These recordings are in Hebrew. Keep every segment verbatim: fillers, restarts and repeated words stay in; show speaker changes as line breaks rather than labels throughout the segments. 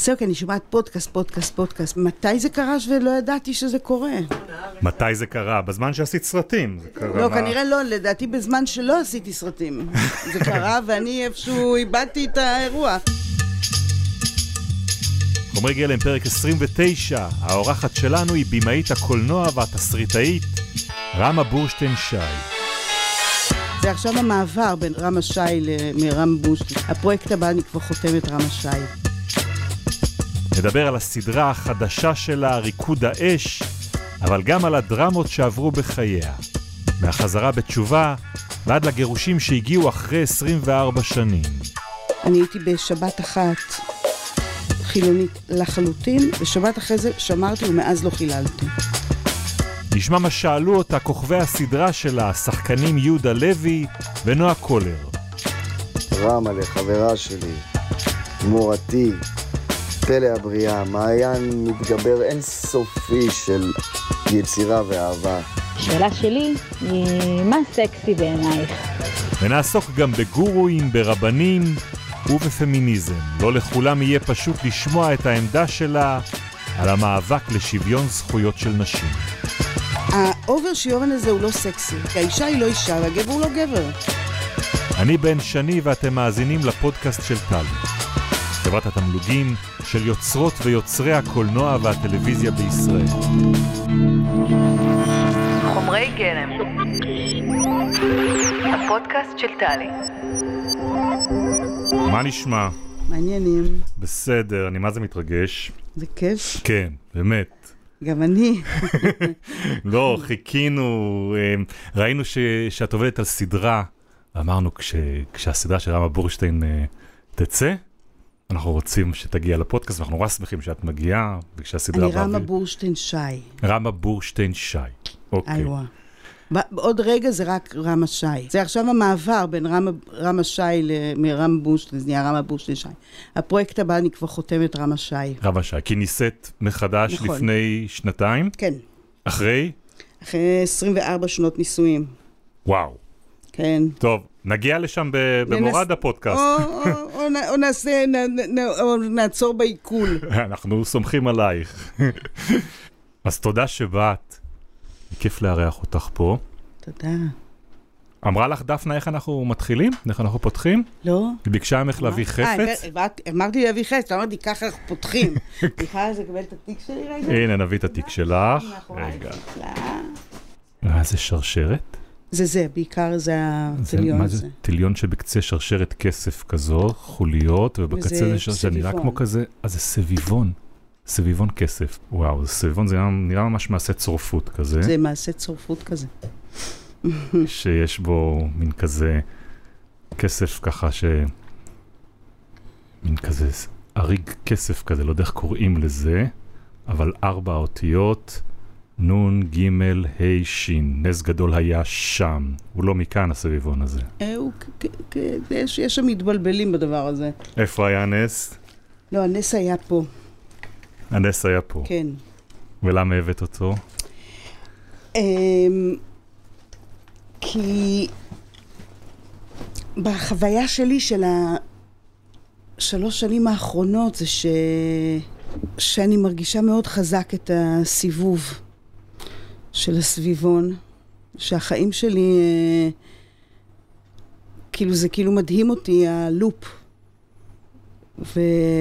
זהו, כי אני שומעת פודקאסט, פודקאסט, פודקאסט. מתי זה קרה ולא ידעתי שזה קורה?
מתי זה קרה? בזמן שעשית סרטים. זה קרה...
לא, כנראה לא, לדעתי בזמן שלא עשיתי סרטים. זה קרה ואני איפשהו איבדתי את האירוע.
חומרי גלם, פרק עשרים ותשע. האורחת שלנו היא בימאית הקולנוע והתסריטאית רמה בורשטיין שי.
זה עכשיו המעבר בין רמה שי לרמה בורשטיין. הפרויקט הבא אני כבר חותמת רמה שי.
נדבר על הסדרה החדשה שלה, ריקוד האש, אבל גם על הדרמות שעברו בחייה. מהחזרה בתשובה ועד לגירושים שהגיעו אחרי עשרים וארבע שנים.
אני הייתי בשבת אחת חילונית לחלוטין, ושבת אחרי זה שמרתי ומאז לא חיללתי.
נשמע מה שאלו אותה כוכבי הסדרה שלה, השחקנים יהודה לוי ונועה קולר.
רמה לחברה שלי, מורתי, פלא הבריאה, מעיין מתגבר אינסופי של יצירה ואהבה.
השאלה שלי היא, מה סקסי בעינייך?
ונעסוק גם בגורואים, ברבנים ובפמיניזם. לא לכולם יהיה פשוט לשמוע את העמדה שלה על המאבק לשוויון זכויות של נשים.
האובר שיורן הזה הוא לא סקסי, כי האישה היא לא אישה והגבר הוא לא גבר.
אני בן שני ואתם מאזינים לפודקאסט של טלי, חברת התמלוגים של יוצרות ויוצרי הקולנוע והטלוויזיה בישראל.
חומרי גלם, הפודקאסט של טלי.
מה נשמע?
מעניינים.
בסדר, אני מה זה מתרגש.
זה כיף?
כן, באמת.
גם אני.
לא, חיכינו, ראינו ש, שאת עובדת על סדרה, ואמרנו כש, כשהסדרה של רמה בורשטיין תצא, אנחנו רוצים שתגיע לפודקאסט, ואנחנו נורא שמחים שאת מגיעה, וכשהסדרה...
אני רמה בורשטיין שי.
רמה בורשטיין שי, אוקיי.
איווה. עוד רגע זה רק רמה שי. זה עכשיו המעבר בין רמה, רמה שי מרמה בורשטיין, זה נהיה רמה בורשטיין שי. הפרויקט הבא אני כבר חותמת רמה שי.
רמה שי, כי ניסית מחדש נכון. לפני שנתיים?
כן.
אחרי?
אחרי עשרים וארבע שנות נישואים.
וואו.
כן.
טוב, נגיע לשם במורד הפודקאסט.
או נעשה, או נעצור בעיכול.
אנחנו סומכים עלייך. אז תודה שבאת. כיף לארח אותך פה.
תודה.
אמרה לך דפנה איך אנחנו מתחילים? איך אנחנו פותחים?
לא.
היא ביקשה ממך להביא חפץ?
אמרתי להביא חפץ, אמרתי ככה אנחנו פותחים. בכלל אז לקבל את התיק שלי רגע?
הנה, נביא את התיק שלך. רגע. מה זה שרשרת?
זה זה, בעיקר זה הטיליון הזה.
מה זה טיליון שבקצה שרשרת כסף כזו, חוליות, ובקצה זה שרשרת, נראה כמו כזה, אז זה סביבון. סביבון כסף. וואו, זה סביבון, זה נראה ממש מעשה צורפות כזה.
זה מעשה צורפות כזה.
שיש בו מין כזה כסף ככה ש... מין כזה אריג כסף כזה, לא יודע איך קוראים לזה, אבל ארבע אותיות, נון, גימל, הי, שין. נס גדול היה שם. הוא לא מכאן הסביבון הזה.
יש שם מתבלבלים בדבר הזה.
איפה היה הנס?
לא, הנס היה פה.
הנס היה פה.
כן.
ולמה הבאת אותו?
כי בחוויה שלי של השלוש שנים האחרונות זה ש... שאני מרגישה מאוד חזק את הסיבוב של הסביבון, שהחיים שלי כאילו זה כאילו מדהים אותי הלופ. ו...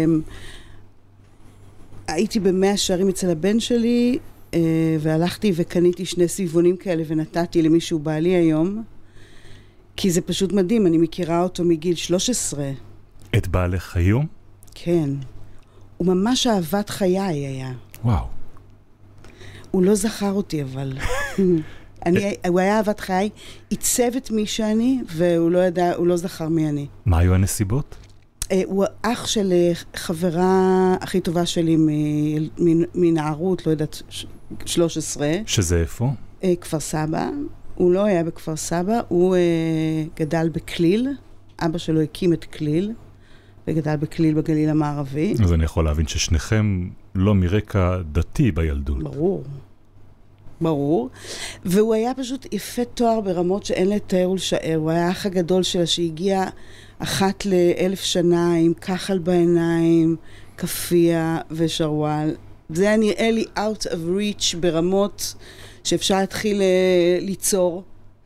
הייתי במאה שערים אצל הבן שלי, והלכתי וקניתי שני סביבונים כאלה ונתתי למישהו בעלי היום, כי זה פשוט מדהים, אני מכירה אותו מגיל שלוש עשרה.
את בעלך היום?
כן. הוא ממש אהבת חיי היה.
וואו.
הוא לא זכר אותי אבל. אני, הוא היה אהבת חיי, עיצב את מי שאני, והוא לא ידע, הוא לא זכר מי אני.
מה היו הנסיבות?
הוא אח של חברה הכי טובה שלי מנערות, לא יודעת, שלוש עשרה.
שזה איפה?
כפר סבא. הוא לא היה בכפר סבא, הוא גדל בכליל. אבא שלו הקים את כליל, וגדל בכליל בגליל המערבי.
אז אני יכול להבין ששניכם לא מרקע דתי בילדות.
ברור. ברור. והוא היה פשוט יפה תואר ברמות שאין לתאר ולשער. הוא היה האח הגדול שלה שהגיע אחת לאלף שנה עם כחל בעיניים, כפייה ושרוואל. זה היה נראה לי out of reach ברמות שאפשר להתחיל ליצור.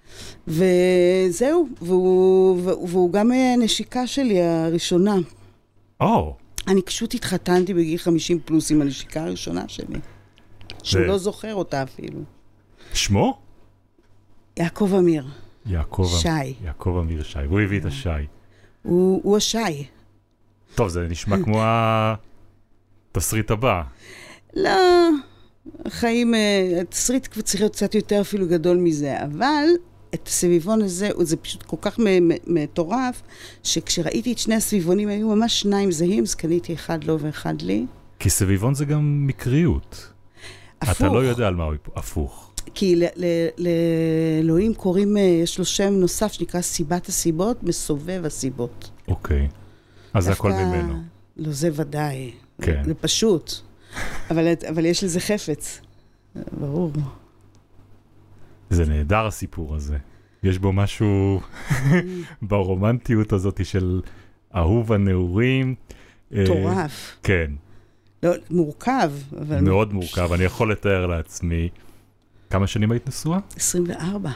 וזהו, והוא, והוא, והוא גם הנשיקה שלי הראשונה.
או.
אני פשוט התחתנתי בגיל חמישים פלוס עם הנשיקה הראשונה שלי. שהוא לא זוכר אותה אפילו.
שמו?
יעקב אמיר.
יעקב
שי.
יעקב אמיר שי. הוא הביא את השי.
הוא, הוא השי.
טוב, זה נשמע כמו התסריט הבא. לא,
החיים, התסריט צריך להיות קצת יותר אפילו גדול מזה, אבל את הסביבון הזה, זה פשוט כל כך מטורף, שכשראיתי את שני הסביבונים, היו ממש שניים זהים, אז קניתי אחד לו ואחד לי.
כי סביבון זה גם מקריות. הפוך. אתה לא יודע על מה הוא הפוך.
כי לאלוהים קוראים, יש לו שם נוסף שנקרא סיבת הסיבות, מסובב הסיבות.
אוקיי. אז זה הכל ממנו.
לא, זה ודאי.
כן.
זה פשוט. אבל, אבל יש לזה חפץ. ברור.
זה נהדר הסיפור הזה. יש בו משהו ברומנטיות הזאת של אהוב הנעורים.
טורף.
כן.
לא, מורכב. אבל
מאוד מורכב. אני יכול לתאר לעצמי. כמה שנים היית נשואה?
עשרים וארבע.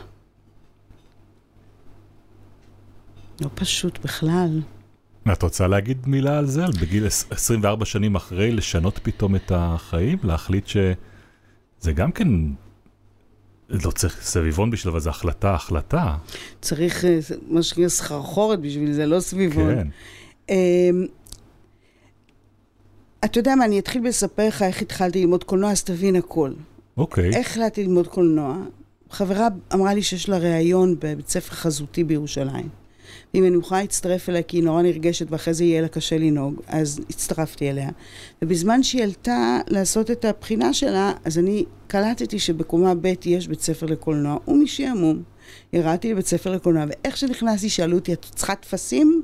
לא פשוט בכלל.
את רוצה להגיד מילה על זה? בגיל עשרים וארבע שנים אחרי, לשנות פתאום את החיים? להחליט שזה גם כן, לא צריך סביבון בשביל, אבל זה החלטה, החלטה.
צריך מה שקרה סחרחורת בשביל זה, לא סביבון.
כן.
אתה יודע מה, אני אתחיל לספר לך איך התחלתי ללמוד קולנוע, אז תבין הכל.
אוקיי.
איך החלטתי ללמוד קולנוע? חברה אמרה לי שיש לה ראיון בבית ספר חזותי בירושלים. ואם אני יכולה להצטרף אליה, כי היא נורא נרגשת, ואחרי זה יהיה לה קשה לנהוג, אז הצטרפתי אליה. ובזמן שהיא עלתה לעשות את הבחינה שלה, אז אני קלטתי שבקומה ב' יש בית ספר לקולנוע, ומשעמום. ירדתי לבית ספר לקולנוע, ואיך שנכנסתי, שאלו אותי, את צריכה תפסים?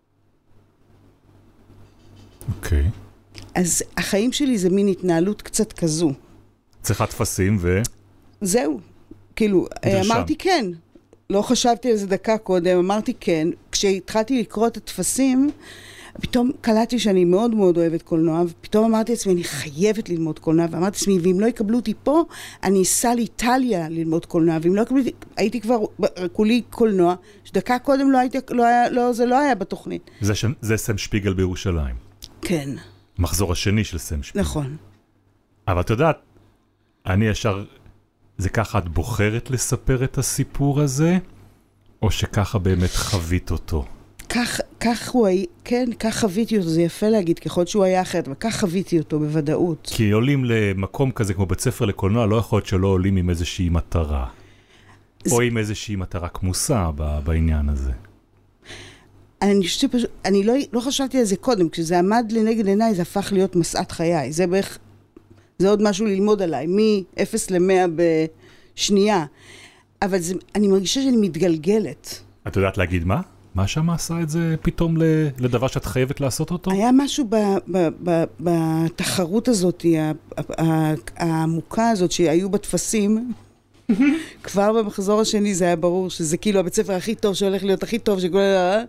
אוקיי.
אז החיים שלי זה מין התנהלות קצת כזו.
צריכה תפסים ו...
זהו. כאילו, אמרתי כן. לא חשבתי על זה דקה קודם, אמרתי כן. כשהתחלתי לקרוא את התפסים, פתאום קלטתי שאני מאוד מאוד אוהבת קולנוע, ופתאום אמרתי לעצמי, אני חייבת ללמוד קולנוע, ואמרתי לעצמי, ואם לא יקבלו אותי פה, אני אסע לאיטליה ללמוד קולנוע, ואם לא יקבלו אותי, הייתי כבר כולי קולנוע, שדקה קודם לא הייתי, לא היה, לא, זה לא היה בתוכנית.
זה, זה סם שפיגל בירושלים.
כן.
מחזור השני של סם שפיגל.
נכון. אבל
את יודעת, אני ישר, זה ככה את בוחרת לספר את הסיפור הזה, או שככה באמת חווית אותו?
כך, כך הוא היה, כן, כך חוויתי אותו, זה יפה להגיד, ככל שהוא היה אחרת, אבל כך חוויתי אותו בוודאות.
כי עולים למקום כזה כמו בית ספר לקולנוע, לא יכול להיות שלא עולים עם איזושהי מטרה. זה... או עם איזושהי מטרה כמוסה בעניין הזה.
אני חושבת פשוט, אני לא, לא חשבתי על זה קודם, כשזה עמד לנגד עיניי, זה הפך להיות מסעת חיי. זה בערך, זה עוד משהו ללמוד עליי, מ-אפס למאה בשנייה. אבל זה, אני מרגישה שאני מתגלגלת.
את יודעת להגיד מה? מה שמה עשה את זה פתאום לדבר שאת חייבת לעשות אותו?
היה משהו ב, ב, ב, בתחרות הזאת, העמוקה הזאת שהיו בתפסים, כבר במחזור השני זה היה ברור שזה כאילו הבית ספר הכי טוב שהולך להיות הכי טוב שכל...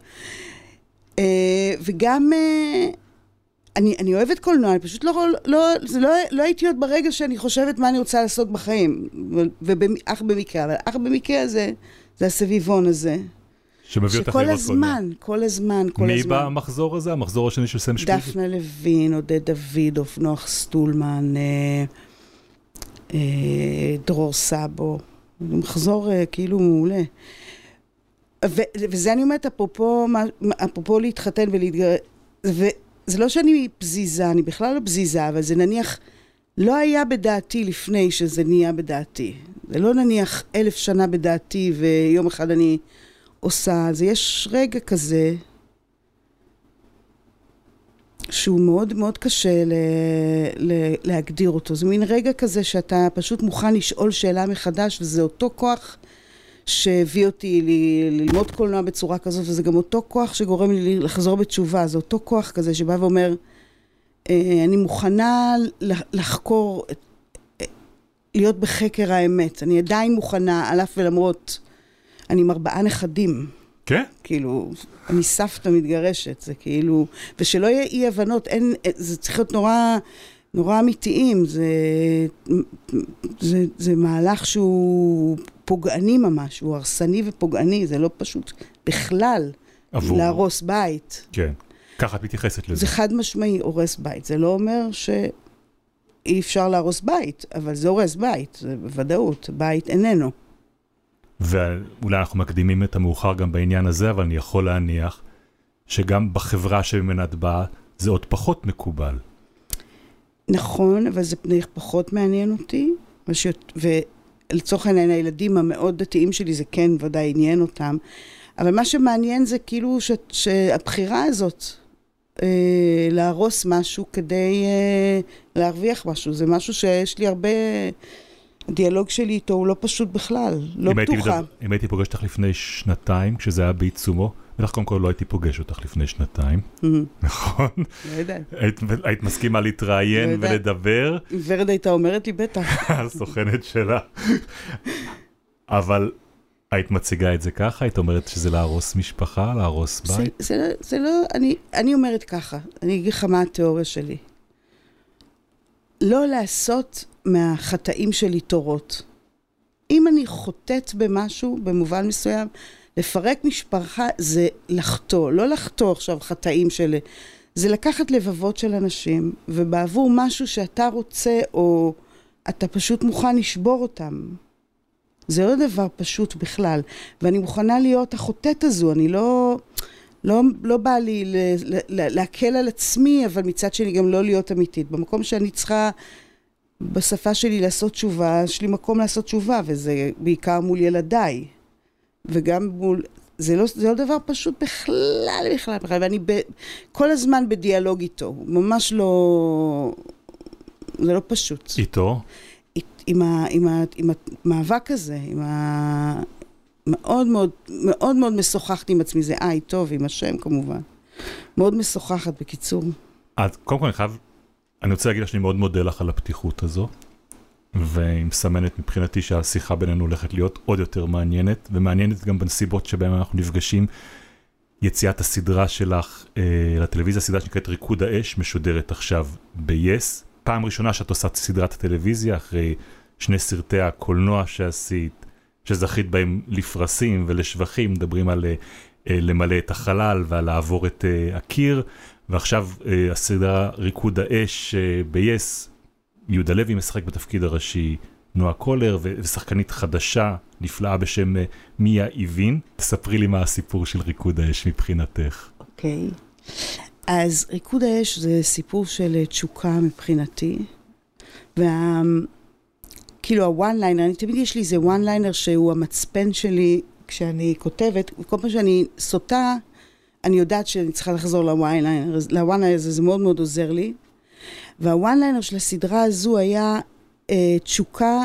וגם אני, אני אוהבת קולנוע, אני פשוט לא, לא, זה לא, לא הייתי עוד ברגע שאני חושבת מה אני רוצה לעשות בחיים, ואח במקרה, אבל אח במקרה זה, זה הסביבון הזה.
שמביא אותך לראות
הזמן, קולנוע. כל הזמן, כל
מי
הזמן.
מי במחזור הזה? המחזור השני של סם שפיגל?
דפנה לוין, עודד דוידוף, נוח סטולמן, אה, אה, דרור סבו. מחזור אה, כאילו מעולה. ו- וזה אני אומרת, אפרופו, אפרופו להתחתן ולהתגרש, וזה לא שאני פזיזה, אני בכלל לא פזיזה, אבל זה נניח, לא היה בדעתי לפני שזה נהיה בדעתי. זה לא נניח אלף שנה בדעתי, ויום אחד אני עושה, אז יש רגע כזה, שהוא מאוד מאוד קשה ל- ל- להגדיר אותו. זה מין רגע כזה שאתה פשוט מוכן לשאול שאלה מחדש, וזה אותו כוח שהביא אותי ל- ללמוד קולנוע בצורה כזאת, וזה גם אותו כוח שגורם לי לחזור בתשובה. זה אותו כוח כזה שבא ואומר, אני מוכנה לחקור, להיות בחקר האמת. אני עדיין מוכנה, על אף ולמרות, אני עם ארבעה נכדים.
כן?
כאילו, אני סבתא מתגרשת, זה כאילו, ושלא יהיה אי הבנות, אין, זה צריך להיות נורא, נורא אמיתיים, זה, זה, זה מהלך שהוא פוגעני ממש, הוא הרסני ופוגעני, זה לא פשוט בכלל עבור. להרוס בית.
כן, ככה את מתייחסת לזה.
זה חד משמעי, הורס בית, זה לא אומר שאי אפשר להרוס בית, אבל זה הורס בית, זה בוודאות, בית איננו.
ואולי אנחנו מקדימים את המאוחר גם בעניין הזה, אבל אני יכול להניח שגם בחברה שממנה את באה, זה עוד פחות מקובל.
נכון, אבל זה פחות מעניין אותי, ולצורך העניין הילדים המאוד דתיים שלי, זה כן ודאי עניין אותם, אבל מה שמעניין זה כאילו ש, שהבחירה הזאת, אה, להרוס משהו כדי אה, להרוויח משהו, זה משהו שיש לי הרבה... הדיאלוג שלי איתו הוא לא פשוט בכלל, לא פתוחה.
אם הייתי פוגש אותך לפני שנתיים, כשזה היה בעיצומו, ולך קודם כל לא הייתי פוגש אותך לפני שנתיים, נכון?
לא יודעת.
היית מסכימה להתראיין ולדבר?
ורד הייתה אומרת לי בטח.
הסוכנת שלה. אבל היית מציגה את זה ככה? היית אומרת שזה להרוס משפחה, להרוס בית?
זה לא, אני אומרת ככה, אני אגיד לך מה התיאוריה שלי. לא לעשות מהחטאים שלי תורות. אם אני חוטאת במשהו, במובן מסוים, לפרק משפחה זה לחטוא. לא לחטוא עכשיו חטאים שלי. זה לקחת לבבות של אנשים, ובעבור משהו שאתה רוצה, או אתה פשוט מוכן לשבור אותם. זה לא דבר פשוט בכלל. ואני מוכנה להיות החוטאת הזו. אני לא... לא, לא בא לי ל, ל, ל, להקל על עצמי, אבל מצד שני גם לא להיות אמיתית. במקום שאני צריכה, בשפה שלי לעשות תשובה, יש לי מקום לעשות תשובה, וזה בעיקר מול ילדיי. וגם מול, זה לא, זה לא דבר פשוט בכלל, בכלל, בכלל. ואני ב, כל הזמן בדיאלוג איתו. ממש לא, זה לא פשוט.
איתו?
עם, ה, עם, ה, עם המאבק הזה, עם ה... מאוד מאוד, מאוד מאוד משוחחת עם עצמי, זה איי טוב, עם השם כמובן. מאוד משוחחת בקיצור.
אז קודם כל אני חייב, אני רוצה להגיד שאני מאוד מודה לך על הפתיחות הזו, והיא מסמנת מבחינתי שהשיחה בינינו הולכת להיות עוד יותר מעניינת, ומעניינת גם בנסיבות שבהן אנחנו נפגשים. יציאת הסדרה שלך אה, לטלוויזיה, הסדרה שנקראת ריקוד האש, משודרת עכשיו ב-Yes. פעם ראשונה שאת עושה סדרת הטלוויזיה, אחרי שני סרטי הקולנוע שעשית, שזכית בהם לפרסים ולשבחים, מדברים על uh, למלא את החלל ועל לעבור את uh, הקיר, ועכשיו uh, הסדרה ריקוד האש uh, ב-Yes, יהודה לוי משחק בתפקיד הראשי, נועה קולר, ושחקנית חדשה, נפלאה בשם uh, מיה איבין. תספרי לי מה הסיפור של ריקוד האש מבחינתך.
אוקיי, okay. אז ריקוד האש זה סיפור של תשוקה מבחינתי, וה... כאילו הוואן ליינר, אני תמיד יש לי איזה וואן ליינר שהוא המצפן שלי כשאני כותבת, וכל פעם שאני סוטה, אני יודעת שאני צריכה לחזור לוואן ליינר, לוואן ליינר הזה, זה מאוד מאוד עוזר לי, והוואן ליינר של הסדרה הזו היה אה, תשוקה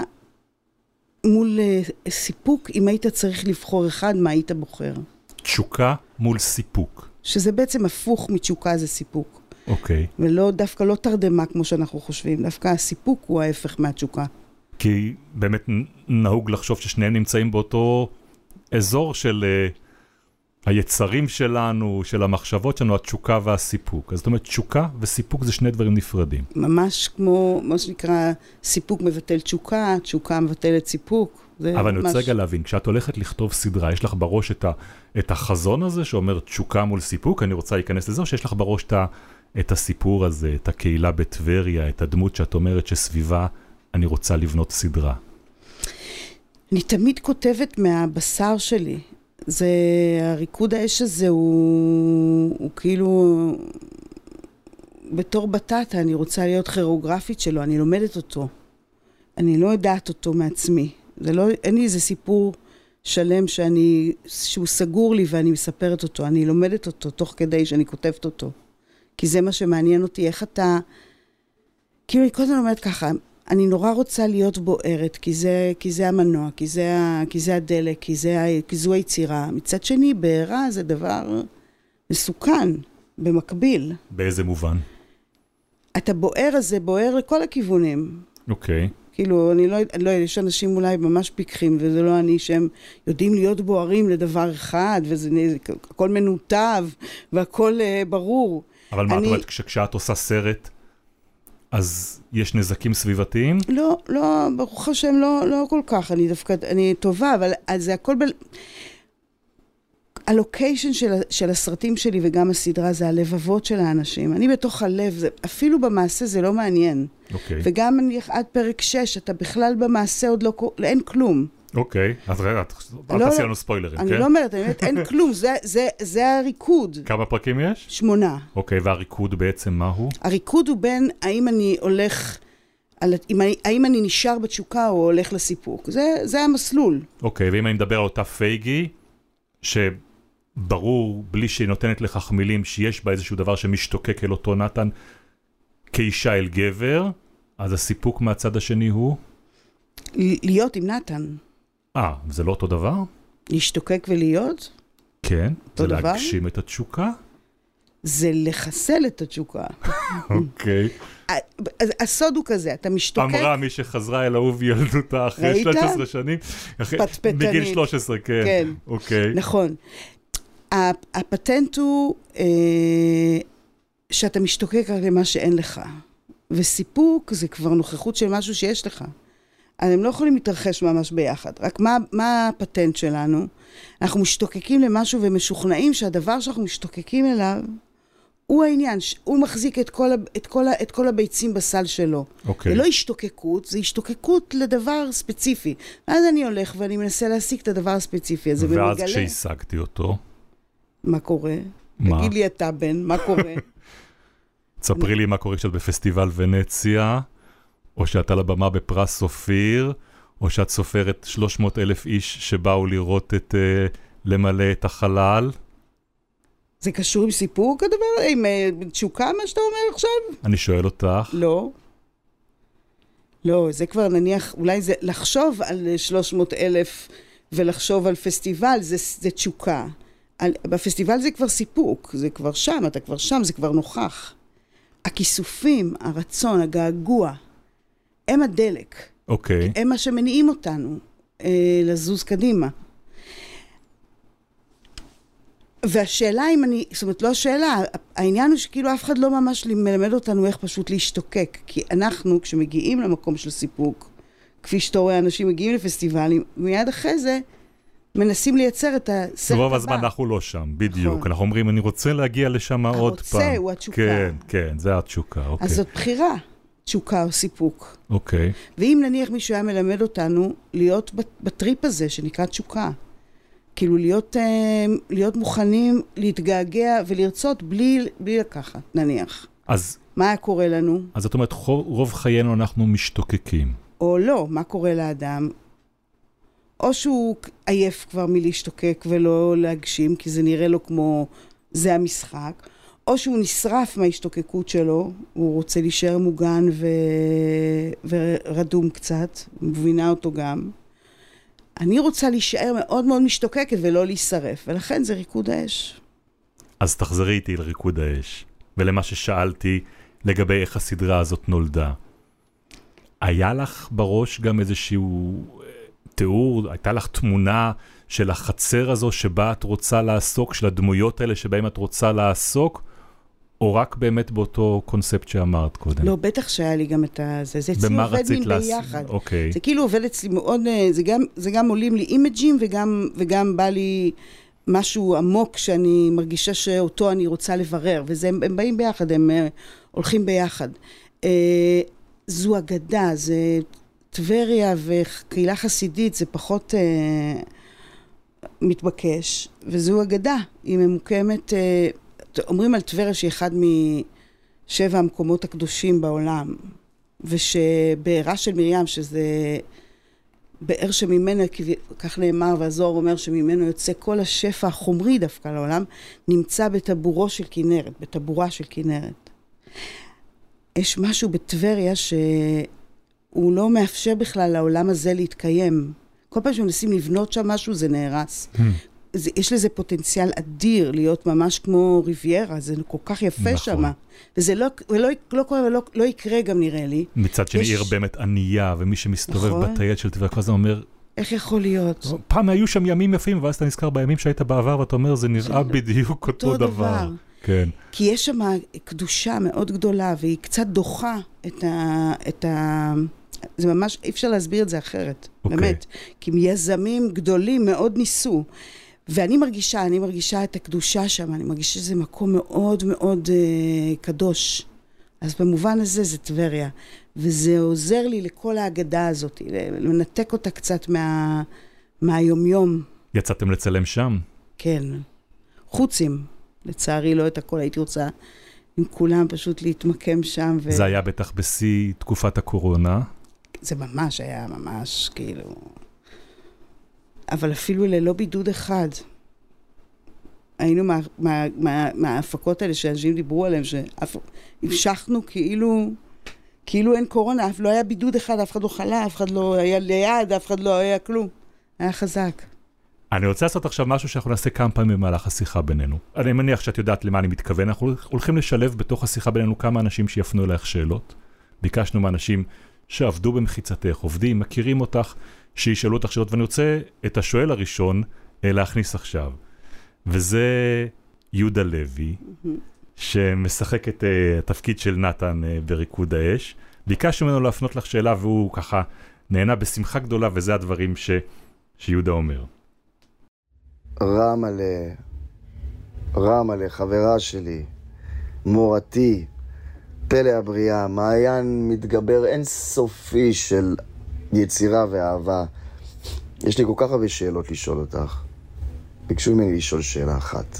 מול אה, סיפוק, אם היית צריך לבחור אחד, מה היית בוחר?
תשוקה מול סיפוק.
שזה בעצם הפוך מתשוקה, זה סיפוק.
אוקיי. Okay.
ולא, דווקא לא תרדמה כמו שאנחנו חושבים, דווקא הסיפוק הוא ההפך מהתשוקה.
כי באמת נהוג לחשוב ששניהם נמצאים באותו אזור של uh, היצרים שלנו, של המחשבות שלנו, התשוקה והסיפוק. אז זאת אומרת, תשוקה וסיפוק זה שני דברים נפרדים.
ממש כמו, מה שנקרא, סיפוק מבטל תשוקה, תשוקה מבטלת סיפוק.
אבל אני רוצה רגע להבין, כשאת הולכת לכתוב סדרה, יש לך בראש את, ה, את החזון הזה שאומר תשוקה מול סיפוק, אני רוצה להיכנס לזה, או שיש לך בראש את, ה, את הסיפור הזה, את הקהילה בטבריה, את הדמות שאת אומרת שסביבה, אני רוצה לבנות סדרה.
אני תמיד כותבת מהבשר שלי. זה, הריקוד האש הזה הוא, הוא כאילו, בתור בטטה, אני רוצה להיות כירוגרפית שלו, אני לומדת אותו. אני לא יודעת אותו מעצמי. זה לא, אין לי איזה סיפור שלם שאני, שהוא סגור לי ואני מספרת אותו. אני לומדת אותו תוך כדי שאני כותבת אותו. כי זה מה שמעניין אותי, איך אתה, כאילו אני קודם אומרת ככה, אני נורא רוצה להיות בוערת, כי זה, כי זה המנוע, כי זה, כי זה הדלק, כי, זה, כי זו היצירה. מצד שני, בעירה זה דבר מסוכן, במקביל.
באיזה מובן?
אתה בוער, אז זה בוער לכל הכיוונים.
אוקיי.
כאילו, אני לא, לא, יש אנשים אולי ממש פיקחים, וזה לא אני, שהם יודעים להיות בוערים לדבר אחד, וזה הכל מנותב, והכל uh, ברור.
אבל מה,
אני...
את אומרת, כשאת עושה סרט, אז יש נזקים סביבתיים?
לא, לא, ברוך השם, לא, לא כל כך, אני דווקא, אני טובה, אבל זה הכל ב... הלוקיישן של, של הסרטים שלי וגם הסדרה זה הלבבות של האנשים. אני בתוך הלב, זה, אפילו במעשה זה לא מעניין.
אוקיי.
וגם אני, עד פרק שש, אתה בכלל במעשה עוד לא, אין כלום.
אוקיי, אז רגע, אל
לא,
תעשי לנו ספוילרים,
אני
כן?
לא אומרת, אני אומרת, אין כלום, זה, זה, זה הריקוד.
כמה פרקים יש?
שמונה.
אוקיי, והריקוד בעצם מה הוא?
הריקוד הוא בין האם אני הולך, על, האם אני נשאר בתשוקה או הולך לסיפוק. זה, זה המסלול.
אוקיי, ואם אני מדבר על אותה פייגי, שברור, בלי שהיא נותנת לכך מילים, שיש בה איזשהו דבר שמשתוקק אל אותו נתן, כאישה אל גבר, אז הסיפוק מהצד השני הוא?
להיות עם נתן.
אה, זה לא אותו דבר?
להשתוקק ולהיות?
כן.
אותו
זה
דבר?
להגשים את התשוקה?
זה לחסל את התשוקה.
אוקיי.
הסוד הוא כזה, אתה משתוקק...
אמרה מי שחזרה אל אהוב ילדותה אחרי שלוש עשרה שנים.
פטפטנית.
בגיל שלוש עשרה, כן.
כן.
אוקיי.
נכון. הפטנט הוא שאתה משתוקק רק למה שאין לך. וסיפוק זה כבר נוכחות של משהו שיש לך. הם לא יכולים להתרחש ממש ביחד. רק מה, מה הפטנט שלנו? אנחנו משתוקקים למשהו ומשוכנעים שהדבר שאנחנו משתוקקים אליו הוא העניין, הוא מחזיק את כל, את כל, את כל הביצים בסל שלו.
אוקיי.
זה לא השתוקקות, זה השתוקקות לדבר ספציפי. אז אני הולך ואני מנסה להשיג את הדבר הספציפי הזה.
ואז
ומגלה...
כשהשגתי אותו?
מה קורה?
מה?
תגיד לי אתה בן, מה קורה?
תספרי לי מה קורה כשאת בפסטיבל ונציה, או שאת על הבמה בפרס סופיר, או שאת סופרת שלוש מאות אלף איש שבאו לראות את, uh, למלא את החלל.
זה קשור עם סיפוק הדבר? עם uh, תשוקה מה שאתה אומר עכשיו?
אני שואל אותך.
לא. לא, זה כבר נניח, אולי זה לחשוב על שלוש מאות אלף ולחשוב על פסטיבל, זה, זה תשוקה. על, בפסטיבל זה כבר סיפוק, זה כבר שם, אתה כבר שם, זה כבר נוכח. הכיסופים, הרצון, הגעגוע, הם הדלק.
אוקיי.
הם מה שמניעים אותנו אה, לזוז קדימה. והשאלה אם אני, זאת אומרת לא השאלה, העניין הוא שכאילו אף אחד לא ממש מלמד אותנו איך פשוט להשתוקק, כי אנחנו כשמגיעים למקום של סיפוק, כפי שאתה רואה אנשים מגיעים לפסטיבלים, מיד אחרי זה מנסים לייצר את הסרט הבא.
רוב הזמן אנחנו לא שם, בדיוק. אנחנו אומרים, אני רוצה להגיע לשם עוד פעם.
הרוצה הוא התשוקה.
כן, כן, זה התשוקה, אוקיי.
אז זאת בחירה, תשוקה או סיפוק.
אוקיי.
ואם נניח מישהו היה מלמד אותנו להיות בטריפ הזה שנקרא תשוקה, כאילו להיות, להיות מוכנים להתגעגע ולרצות בלי, בלי לקחת, נניח.
אז...
מה היה קורה לנו?
אז זאת אומרת, רוב חיינו אנחנו משתוקקים.
או לא, מה קורה לאדם? או שהוא עייף כבר מלהשתוקק ולא להגשים, כי זה נראה לו כמו זה המשחק, או שהוא נשרף מההשתוקקות שלו, הוא רוצה להישאר מוגן ו... ורדום קצת, מבינה אותו גם. אני רוצה להישאר מאוד מאוד משתוקקת ולא להישרף, ולכן זה ריקוד האש.
אז תחזרי איתי לריקוד האש, ולמה ששאלתי לגבי איך הסדרה הזאת נולדה. היה לך בראש גם איזשהו תיאור, הייתה לך תמונה של החצר הזו שבה את רוצה לעסוק, של הדמויות האלה שבהם את רוצה לעסוק, או רק באמת באותו קונספט שאמרת קודם?
לא, בטח שהיה לי גם את זה. זה אצלי עובד מין ביחד.
אוקיי.
זה כאילו עובד אצלי מאוד, זה גם, זה גם עולים לי אימג'ים, וגם, וגם בא לי משהו עמוק שאני מרגישה שאותו אני רוצה לברר, וזה, הם באים ביחד, הם הולכים ביחד. זו אגדה, זה טבריה וקהילה חסידית, זה פחות אה, מתבקש, וזו אגדה, היא ממוקמת, אה, אומרים על טבריה שהיא אחד משבע המקומות הקדושים בעולם, ושבעירה של מרים, שזה באר שממנה, כך נאמר, והזוהר אומר שממנו יוצא כל השפע החומרי דווקא לעולם, נמצא בטבורו של כנרת, בטבורה של כנרת. יש משהו בטבריה שהוא לא מאפשר בכלל לעולם הזה להתקיים. כל פעם שמנסים לבנות שם משהו, זה נהרס. זה, יש לזה פוטנציאל אדיר להיות ממש כמו ריביירה, זה כל כך יפה נכון. שמה. וזה לא, ולא, לא, לא, לא, לא יקרה גם נראה לי.
מצד שני יש... עיר באמת ענייה, ומי שמסתובב נכון. בטיילת של טבע, כל הזמן אומר...
איך יכול להיות?
פעם היו שם ימים יפים, ואז אתה נזכר בימים שהיית בעבר, ואתה אומר, זה נראה בדיוק אותו דבר. דבר. כן.
כי יש שם קדושה מאוד גדולה, והיא קצת דוחה את ה... את ה... זה ממש, אי אפשר להסביר את זה אחרת. Okay. באמת. כי יזמים גדולים מאוד ניסו. ואני מרגישה, אני מרגישה את הקדושה שם, אני מרגישה שזה מקום מאוד מאוד אה, קדוש. אז במובן הזה זה טבריה. וזה עוזר לי לכל ההגדה הזאת, לנתק אותה קצת מה, מהיומיום.
יצאתם לצלם שם?
כן. חוצים. לצערי לא את הכל, הייתי רוצה עם כולם פשוט להתמקם שם. ו...
זה היה בטח בשיא תקופת הקורונה?
זה ממש היה ממש כאילו... אבל אפילו ללא בידוד אחד. היינו מה, מה, מה, מההפקות האלה שאנשים דיברו עליהם, שהמשכנו כאילו, כאילו אין קורונה, אף לא היה בידוד אחד, אף אחד לא חלה, אף אחד לא היה ליד, אף אחד לא היה כלום. היה חזק.
אני רוצה לעשות עכשיו משהו שאנחנו נעשה כמה פעמים במהלך השיחה בינינו. אני מניח שאת יודעת למה אני מתכוון. אנחנו הולכים לשלב בתוך השיחה בינינו כמה אנשים שיפנו אלייך שאלות. ביקשנו מאנשים שעבדו במחיצתך, עובדים, מכירים אותך, שישאלו אותך שאלות, ואני רוצה את השואל הראשון להכניס עכשיו. וזה יהודה לוי, mm-hmm. שמשחק את uh, התפקיד של נתן uh, בריקוד האש. ביקשנו ממנו להפנות לך שאלה, והוא ככה נהנה בשמחה גדולה, וזה הדברים ש... שיהודה אומר.
רע מלא, רע מלא, חברה שלי, מורתי, פלא הבריאה, מעיין מתגבר אינסופי של יצירה ואהבה. יש לי כל כך הרבה שאלות לשאול אותך. ביקשו ממני לשאול שאלה אחת.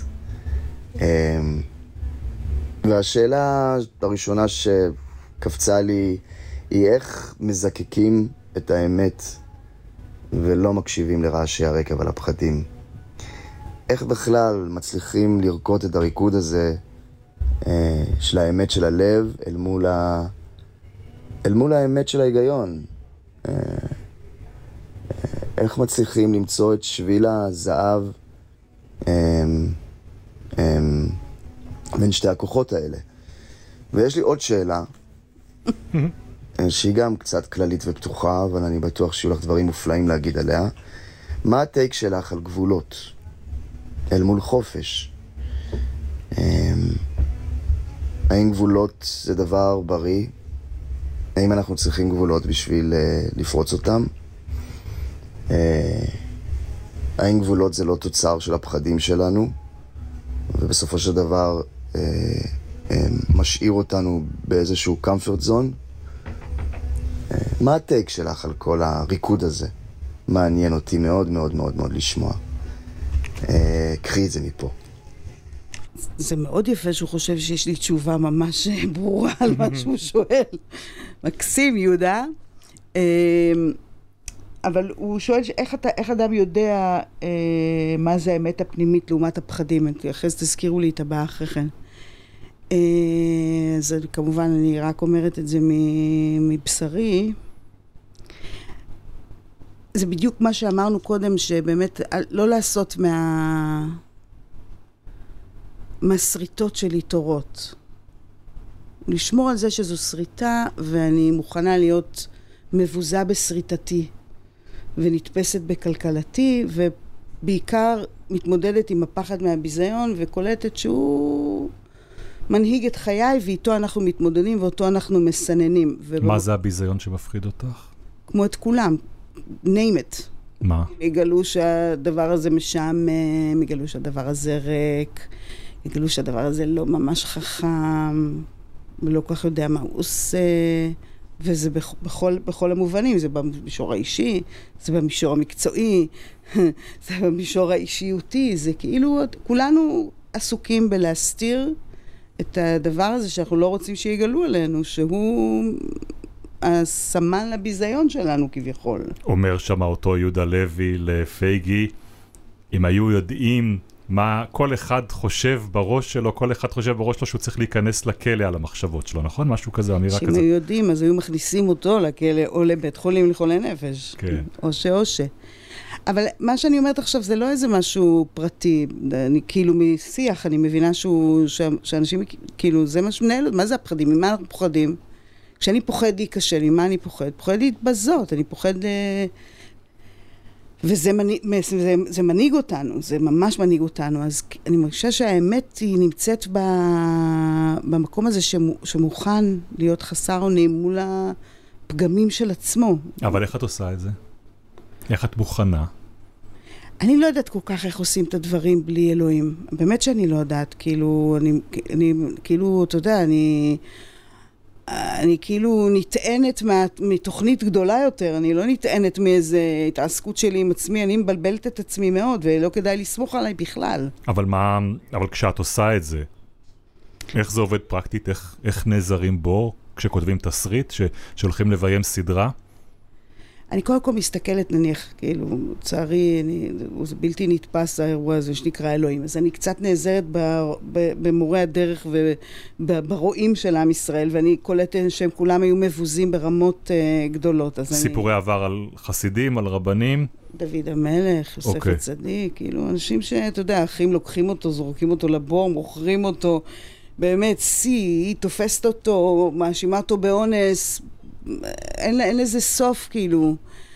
והשאלה הראשונה שקפצה לי היא איך מזקקים את האמת ולא מקשיבים לרעשי הרקע ולפחדים. איך בכלל מצליחים לרקוד את הריקוד הזה של האמת של הלב אל מול, ה... אל מול האמת של ההיגיון. איך מצליחים למצוא את שביל הזהב בין שתי הכוחות האלה. ויש לי עוד שאלה, שהיא גם קצת כללית ופתוחה, אבל אני בטוח שיהיו לך דברים מופלאים להגיד עליה. מה הטייק שלך על גבולות? אל מול חופש? האם גבולות זה דבר בריא? האם אנחנו צריכים גבולות בשביל לפרוץ אותם? האם גבולות זה לא תוצר של הפחדים שלנו? ובסופו של דבר משאיר אותנו באיזשהו comfort zone? מה הטייק שלך על כל הריקוד הזה? מעניין אותי מאוד מאוד מאוד מאוד לשמוע. קחי את זה מפה.
זה מאוד יפה שהוא חושב שיש לי תשובה ממש ברורה על מה שהוא שואל. מקסים, יהודה. אבל הוא שואל איך, אתה, איך אדם יודע מה זה האמת הפנימית לעומת הפחדים. אחרי זה תזכירו לי את הבאה אחרי כן. אז כמובן אני רק אומרת את זה מבשרי. זה בדיוק מה שאמרנו קודם, שבאמת לא לעשות מה... מהסריטות שלי תורות. לשמור על זה שזו סריטה, ואני מוכנה להיות מבוזה בסריטתי, ונתפסת בכלכלתי, ובעיקר מתמודדת עם הפחד מהביזיון, וקולטת שהוא מנהיג את חיי, ואיתו אנחנו מתמודדים, ואותו אנחנו מסננים.
מה ובא... זה הביזיון שמפחיד אותך?
כמו את כולם. name it.
מה?
יגלו שהדבר הזה משעמם, יגלו שהדבר הזה ריק, יגלו שהדבר הזה לא ממש חכם, ולא כל כך יודע מה הוא עושה, וזה בכל, בכל המובנים, זה במישור האישי, זה במישור המקצועי, זה במישור האישיותי, זה כאילו, כולנו עסוקים בלהסתיר את הדבר הזה שאנחנו לא רוצים שיגלו עלינו, שהוא הסמן לביזיון שלנו כביכול.
אומר שמה אותו יהודה לוי לפייגי, אם היו יודעים מה כל אחד חושב בראש שלו, כל אחד חושב בראש שלו שהוא צריך להיכנס לכלא על המחשבות שלו, נכון? משהו כזה, אמירה כזה.
שאם היו יודעים, אז היו מכניסים אותו לכלא או לבית חולים לחולי נפש.
כן.
או ש או ש. אבל מה שאני אומרת עכשיו זה לא איזה משהו פרטי, אני כאילו משיח, אני מבינה שהוא, ש, שאנשים, כאילו זה מה שמנהל, מה זה הפחדים? ממה אנחנו פוחדים? כשאני פוחד לי קשה לי, מה אני פוחד? פוחד להתבזות, אני פוחד... וזה מנהיג, זה, זה מנהיג אותנו, זה ממש מנהיג אותנו, אז אני מרגישה שהאמת היא נמצאת ב, במקום הזה שמוכן להיות חסר אונים מול הפגמים של עצמו.
אבל איך את עושה את זה? איך את מוכנה?
אני לא יודעת כל כך איך עושים את הדברים בלי אלוהים. באמת שאני לא יודעת, כאילו, אני, אני, כאילו, אתה יודע, אני... אני כאילו נטענת מה, מתוכנית גדולה יותר, אני לא נטענת מאיזה התעסקות שלי עם עצמי, אני מבלבלת את עצמי מאוד, ולא כדאי לסמוך עליי בכלל.
אבל מה, אבל כשאת עושה את זה, איך זה עובד פרקטית? איך, איך נעזרים בו כשכותבים תסריט, ש, שהולכים לביים סדרה?
אני קודם כל מסתכלת, נניח, כאילו, צערי, אני, זה בלתי נתפס האירוע הזה שנקרא אלוהים, אז אני קצת נעזרת ב, ב, במורי הדרך וברואים של עם ישראל, ואני קולטת שהם כולם היו מבוזים ברמות uh, גדולות.
סיפורי אני... עבר על חסידים, על רבנים?
דוד המלך, יוסף okay. הצדיק, כאילו, אנשים שאתה יודע, אחים לוקחים אותו, זורקים אותו לבור, מוכרים אותו, באמת, סי, היא תופסת אותו, מאשימה אותו באונס, אין, אין לזה סוף, כאילו.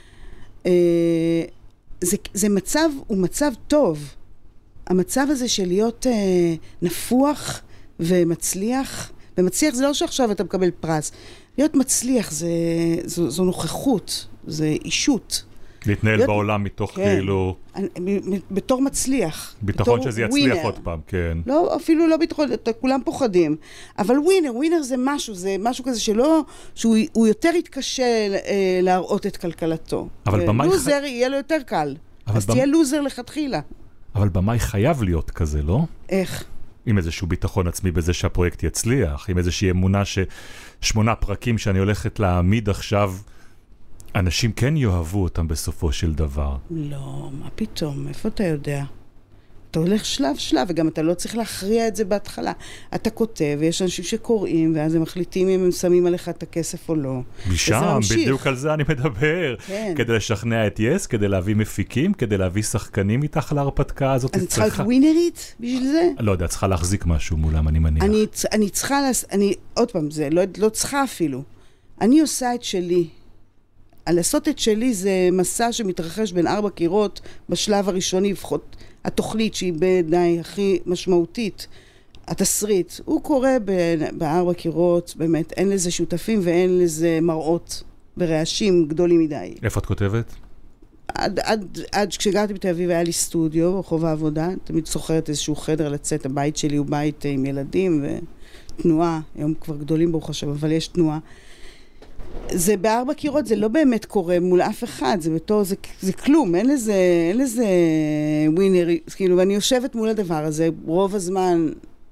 אה, זה, זה מצב, הוא מצב טוב. המצב הזה של להיות אה, נפוח ומצליח, ומצליח זה לא שעכשיו אתה מקבל פרס. להיות מצליח זה, זו, זו נוכחות, זה אישות.
להתנהל להיות... בעולם מתוך כן, כאילו...
אני, בתור מצליח.
ביטחון
בתור
שזה יצליח
ווינר.
עוד פעם, כן.
לא, אפילו לא ביטחון, כולם פוחדים. אבל ווינר, ווינר זה משהו, זה משהו כזה שלא, שהוא יותר יתקשה אה, להראות את כלכלתו.
אבל במאי...
לוזר חי... יהיה לו יותר קל. אז במ... תהיה לוזר לכתחילה.
אבל במאי חייב להיות כזה, לא?
איך?
עם איזשהו ביטחון עצמי בזה שהפרויקט יצליח, עם איזושהי אמונה ששמונה פרקים שאני הולכת להעמיד עכשיו, אנשים כן יאהבו אותם בסופו של דבר.
לא, מה פתאום? איפה אתה יודע? אתה הולך שלב שלב, וגם אתה לא צריך להכריע את זה בהתחלה. אתה כותב, ויש אנשים שקוראים, ואז הם מחליטים אם הם שמים עליך את הכסף או לא.
משם, בדיוק על זה אני מדבר. כן. כדי לשכנע את יס, כדי להביא מפיקים, כדי להביא שחקנים איתך להרפתקה הזאת.
אז צריכה להיות ווינרית בשביל זה?
לא יודע, צריכה להחזיק משהו מולם, אני מניח.
אני, אני צריכה, אני, עוד פעם, זה לא, לא צריכה אפילו. אני עושה את שלי. לעשות את שלי זה מסע שמתרחש בין ארבע קירות בשלב הראשוני, לפחות התוכנית שהיא בעיניי הכי משמעותית, התסריט. הוא קורה בארבע קירות, באמת, אין לזה שותפים ואין לזה מראות ברעשים גדולים מדי.
איפה את כותבת?
עד, עד, עד כשגרתי בתל אביב היה לי סטודיו, ברחוב העבודה, תמיד סוחרת איזשהו חדר לצאת, הבית שלי הוא בית עם ילדים ותנועה, היום כבר גדולים ברוך השם, אבל יש תנועה. זה בארבע קירות, זה לא באמת קורה מול אף אחד, זה בתור, זה, זה כלום, אין לזה, אין לזה ווינר, כאילו, ואני יושבת מול הדבר הזה, רוב הזמן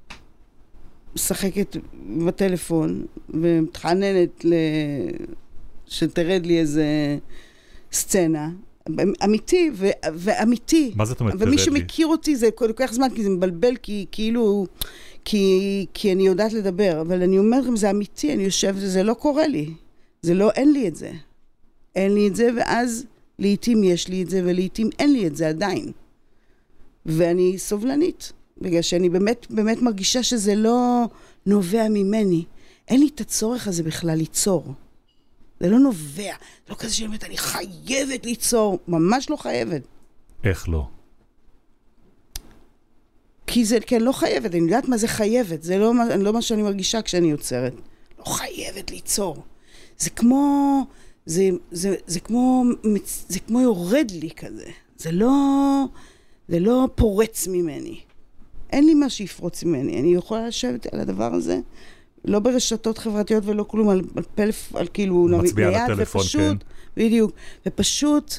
משחקת בטלפון, ומתחננת ל... שתרד לי איזה סצנה, אמיתי, ו... ואמיתי.
מה זאת אומרת תרד לי?
ומי שמכיר אותי, זה לוקח זמן, כי זה מבלבל, כי כאילו... כי, כי אני יודעת לדבר, אבל אני אומרת לכם, זה אמיתי, אני יושבת, זה לא קורה לי. זה לא, אין לי את זה. אין לי את זה, ואז לעתים יש לי את זה, ולעתים אין לי את זה עדיין. ואני סובלנית, בגלל שאני באמת, באמת מרגישה שזה לא נובע ממני. אין לי את הצורך הזה בכלל ליצור. זה לא נובע. זה לא כזה שאני אומרת, אני חייבת ליצור. ממש לא חייבת.
איך לא?
כי זה, כן, לא חייבת. אני יודעת מה זה חייבת. זה לא, לא מה שאני מרגישה כשאני יוצרת. לא חייבת ליצור. זה כמו, זה, זה, זה כמו, זה כמו יורד לי כזה. זה לא, זה לא פורץ ממני. אין לי מה שיפרוץ ממני. אני יכולה לשבת על הדבר הזה, לא ברשתות חברתיות ולא כלום, על, על פלף, על כאילו,
מצביע על הטלפון,
ופשוט,
כן.
בדיוק, ופשוט,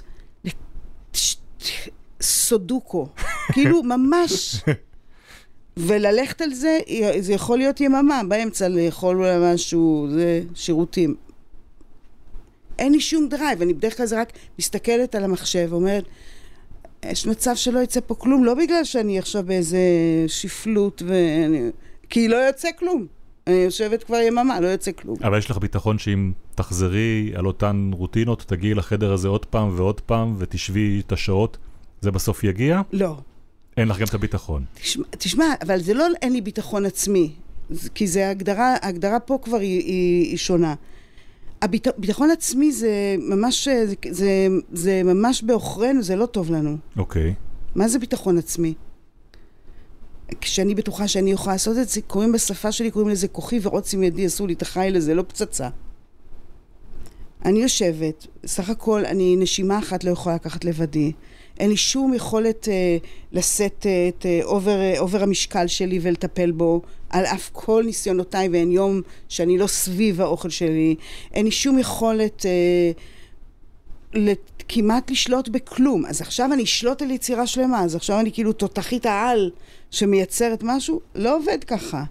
סודוקו. כאילו, ממש... וללכת על זה, זה יכול להיות יממה, באמצע לאכול משהו, זה שירותים. אין לי שום דרייב, אני בדרך כלל זה רק מסתכלת על המחשב, ואומרת, יש מצב שלא יצא פה כלום, לא בגלל שאני עכשיו באיזה שפלות, ואני... כי לא יוצא כלום. אני יושבת כבר יממה, לא יוצא כלום.
אבל יש לך ביטחון שאם תחזרי על אותן רוטינות, תגיעי לחדר הזה עוד פעם ועוד פעם, ותשבי את השעות, זה בסוף יגיע?
לא.
אין לך גם את הביטחון.
תשמע, תשמע, אבל זה לא אין לי ביטחון עצמי, כי זה ההגדרה, ההגדרה פה כבר היא, היא, היא שונה. הביטחון עצמי זה ממש, זה, זה, זה ממש באוכרנו, זה לא טוב לנו.
אוקיי.
מה זה ביטחון עצמי? כשאני בטוחה שאני יכולה לעשות את זה, קוראים בשפה שלי, קוראים לזה כוחי ורוצים ידי, עשו לי את החי לזה, לא פצצה. אני יושבת, סך הכל אני נשימה אחת לא יכולה לקחת לבדי. אין לי שום יכולת אה, לשאת אה, את אה, אובר, אה, אובר המשקל שלי ולטפל בו, על אף כל ניסיונותיי, ואין יום שאני לא סביב האוכל שלי. אין לי שום יכולת אה, לת, כמעט לשלוט בכלום. אז עכשיו אני אשלוט על יצירה שלמה, אז עכשיו אני כאילו תותחית העל שמייצרת משהו, לא עובד ככה.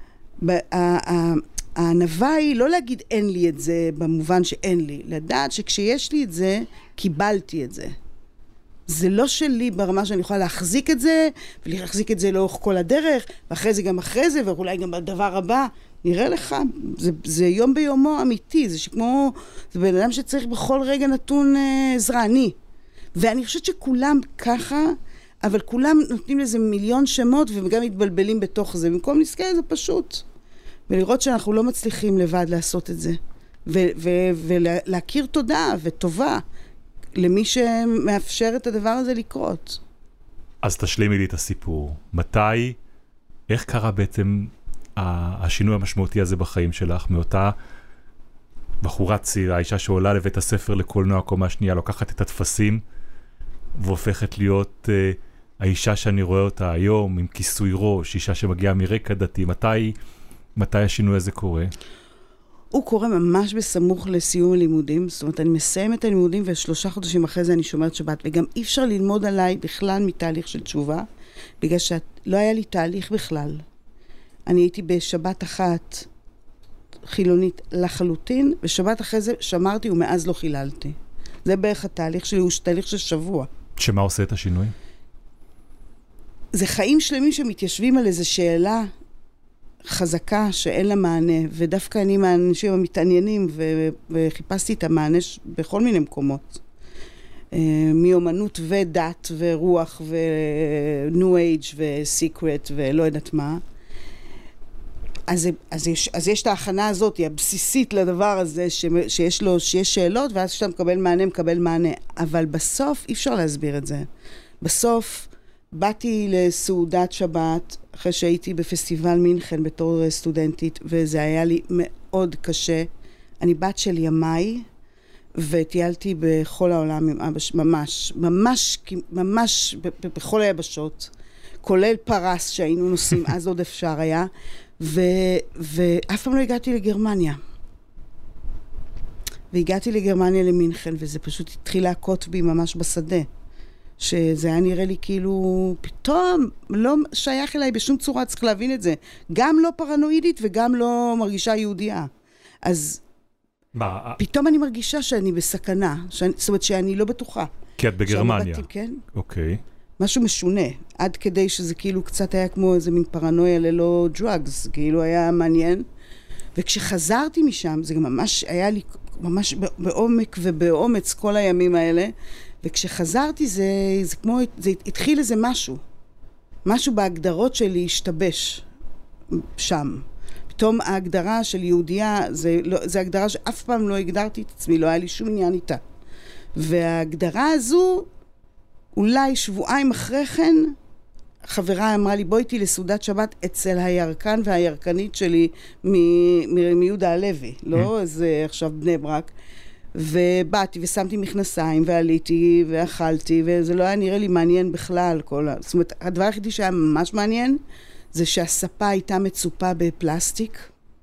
הענווה היא לא להגיד אין לי את זה במובן שאין לי, לדעת שכשיש לי את זה, קיבלתי את זה. זה לא שלי ברמה שאני יכולה להחזיק את זה, ולהחזיק את זה לאורך כל הדרך, ואחרי זה גם אחרי זה, ואולי גם בדבר הבא. נראה לך, זה, זה יום ביומו אמיתי, זה שכמו, זה בן אדם שצריך בכל רגע נתון אה, זרעני. ואני חושבת שכולם ככה, אבל כולם נותנים לזה מיליון שמות, וגם מתבלבלים בתוך זה. במקום לזכר זה פשוט. ולראות שאנחנו לא מצליחים לבד לעשות את זה. ולהכיר תודה וטובה למי שמאפשר את הדבר הזה לקרות.
אז תשלימי לי את הסיפור. מתי, איך קרה בעצם השינוי המשמעותי הזה בחיים שלך, מאותה בחורה צעירה, האישה שעולה לבית הספר לקולנוע קומה שנייה, לוקחת את התפסים, והופכת להיות uh, האישה שאני רואה אותה היום, עם כיסוי ראש, אישה שמגיעה מרקע דתי. מתי, מתי השינוי הזה קורה?
הוא קורה ממש בסמוך לסיום הלימודים, זאת אומרת, אני מסיים את הלימודים, ושלושה חודשים אחרי זה אני שומרת שבת, וגם אי אפשר ללמוד עליי בכלל מתהליך של תשובה, בגלל שלא היה לי תהליך בכלל. אני הייתי בשבת אחת חילונית לחלוטין, ושבת אחרי זה שמרתי ומאז לא חיללתי. זה בערך התהליך שלי, הוא תהליך של שבוע.
שמה עושה את השינוי?
זה חיים שלמים שמתיישבים על איזו שאלה חזקה שאין לה מענה, ודווקא אני מהאנשים המתעניינים, ו- וחיפשתי את המענה בכל מיני מקומות. מאומנות ודת ורוח וניו אייג' וסיקרט ולא יודעת מה. אז, אז, יש, אז יש את ההכנה הזאת, היא הבסיסית לדבר הזה, ש, שיש לו, שיש שאלות, ואז שאתה מקבל מענה, מקבל מענה. אבל בסוף אי אפשר להסביר את זה. בסוף באתי לסעודת שבת, אחרי שהייתי בפסטיבל מינכן בתור סטודנטית, וזה היה לי מאוד קשה. אני בת של ימי, וטיילתי בכל העולם עם אבא, ממש, ממש, ממש בכל היבשות, כולל פרס שהיינו נוסעים, אז עוד אפשר היה. ו, ואף פעם לא הגעתי לגרמניה. והגעתי לגרמניה למינכן, וזה פשוט התחיל להכות בי ממש בשדה. שזה היה נראה לי כאילו, פתאום לא שייך אליי בשום צורה, צריך להבין את זה. גם לא פרנואידית וגם לא מרגישה יהודייה. אז
מה?
פתאום אני מרגישה שאני בסכנה. שאני, זאת אומרת שאני לא בטוחה.
כי את בגרמניה.
בתים, כן?
אוקיי.
משהו משונה, עד כדי שזה כאילו קצת היה כמו איזה מין פרנויה ללא דרגס, כאילו היה מעניין. וכשחזרתי משם, זה גם ממש היה לי ממש בעומק ובאומץ כל הימים האלה, וכשחזרתי זה, זה כמו, זה התחיל איזה משהו. משהו בהגדרות שלי השתבש שם. פתאום ההגדרה של יהודייה, זה, לא, זה הגדרה שאף פעם לא הגדרתי את עצמי, לא היה לי שום עניין איתה. וההגדרה הזו, אולי שבועיים אחרי כן, חברה אמרה לי, בואי איתי לסעודת שבת אצל הירקן והירקנית שלי מיהודה הלוי, לא איזה עכשיו בני ברק. ובאתי ושמתי מכנסיים ועליתי ואכלתי, וזה לא היה נראה לי מעניין בכלל. כל... זאת אומרת, הדבר היחידי שהיה ממש מעניין, זה שהספה הייתה מצופה בפלסטיק.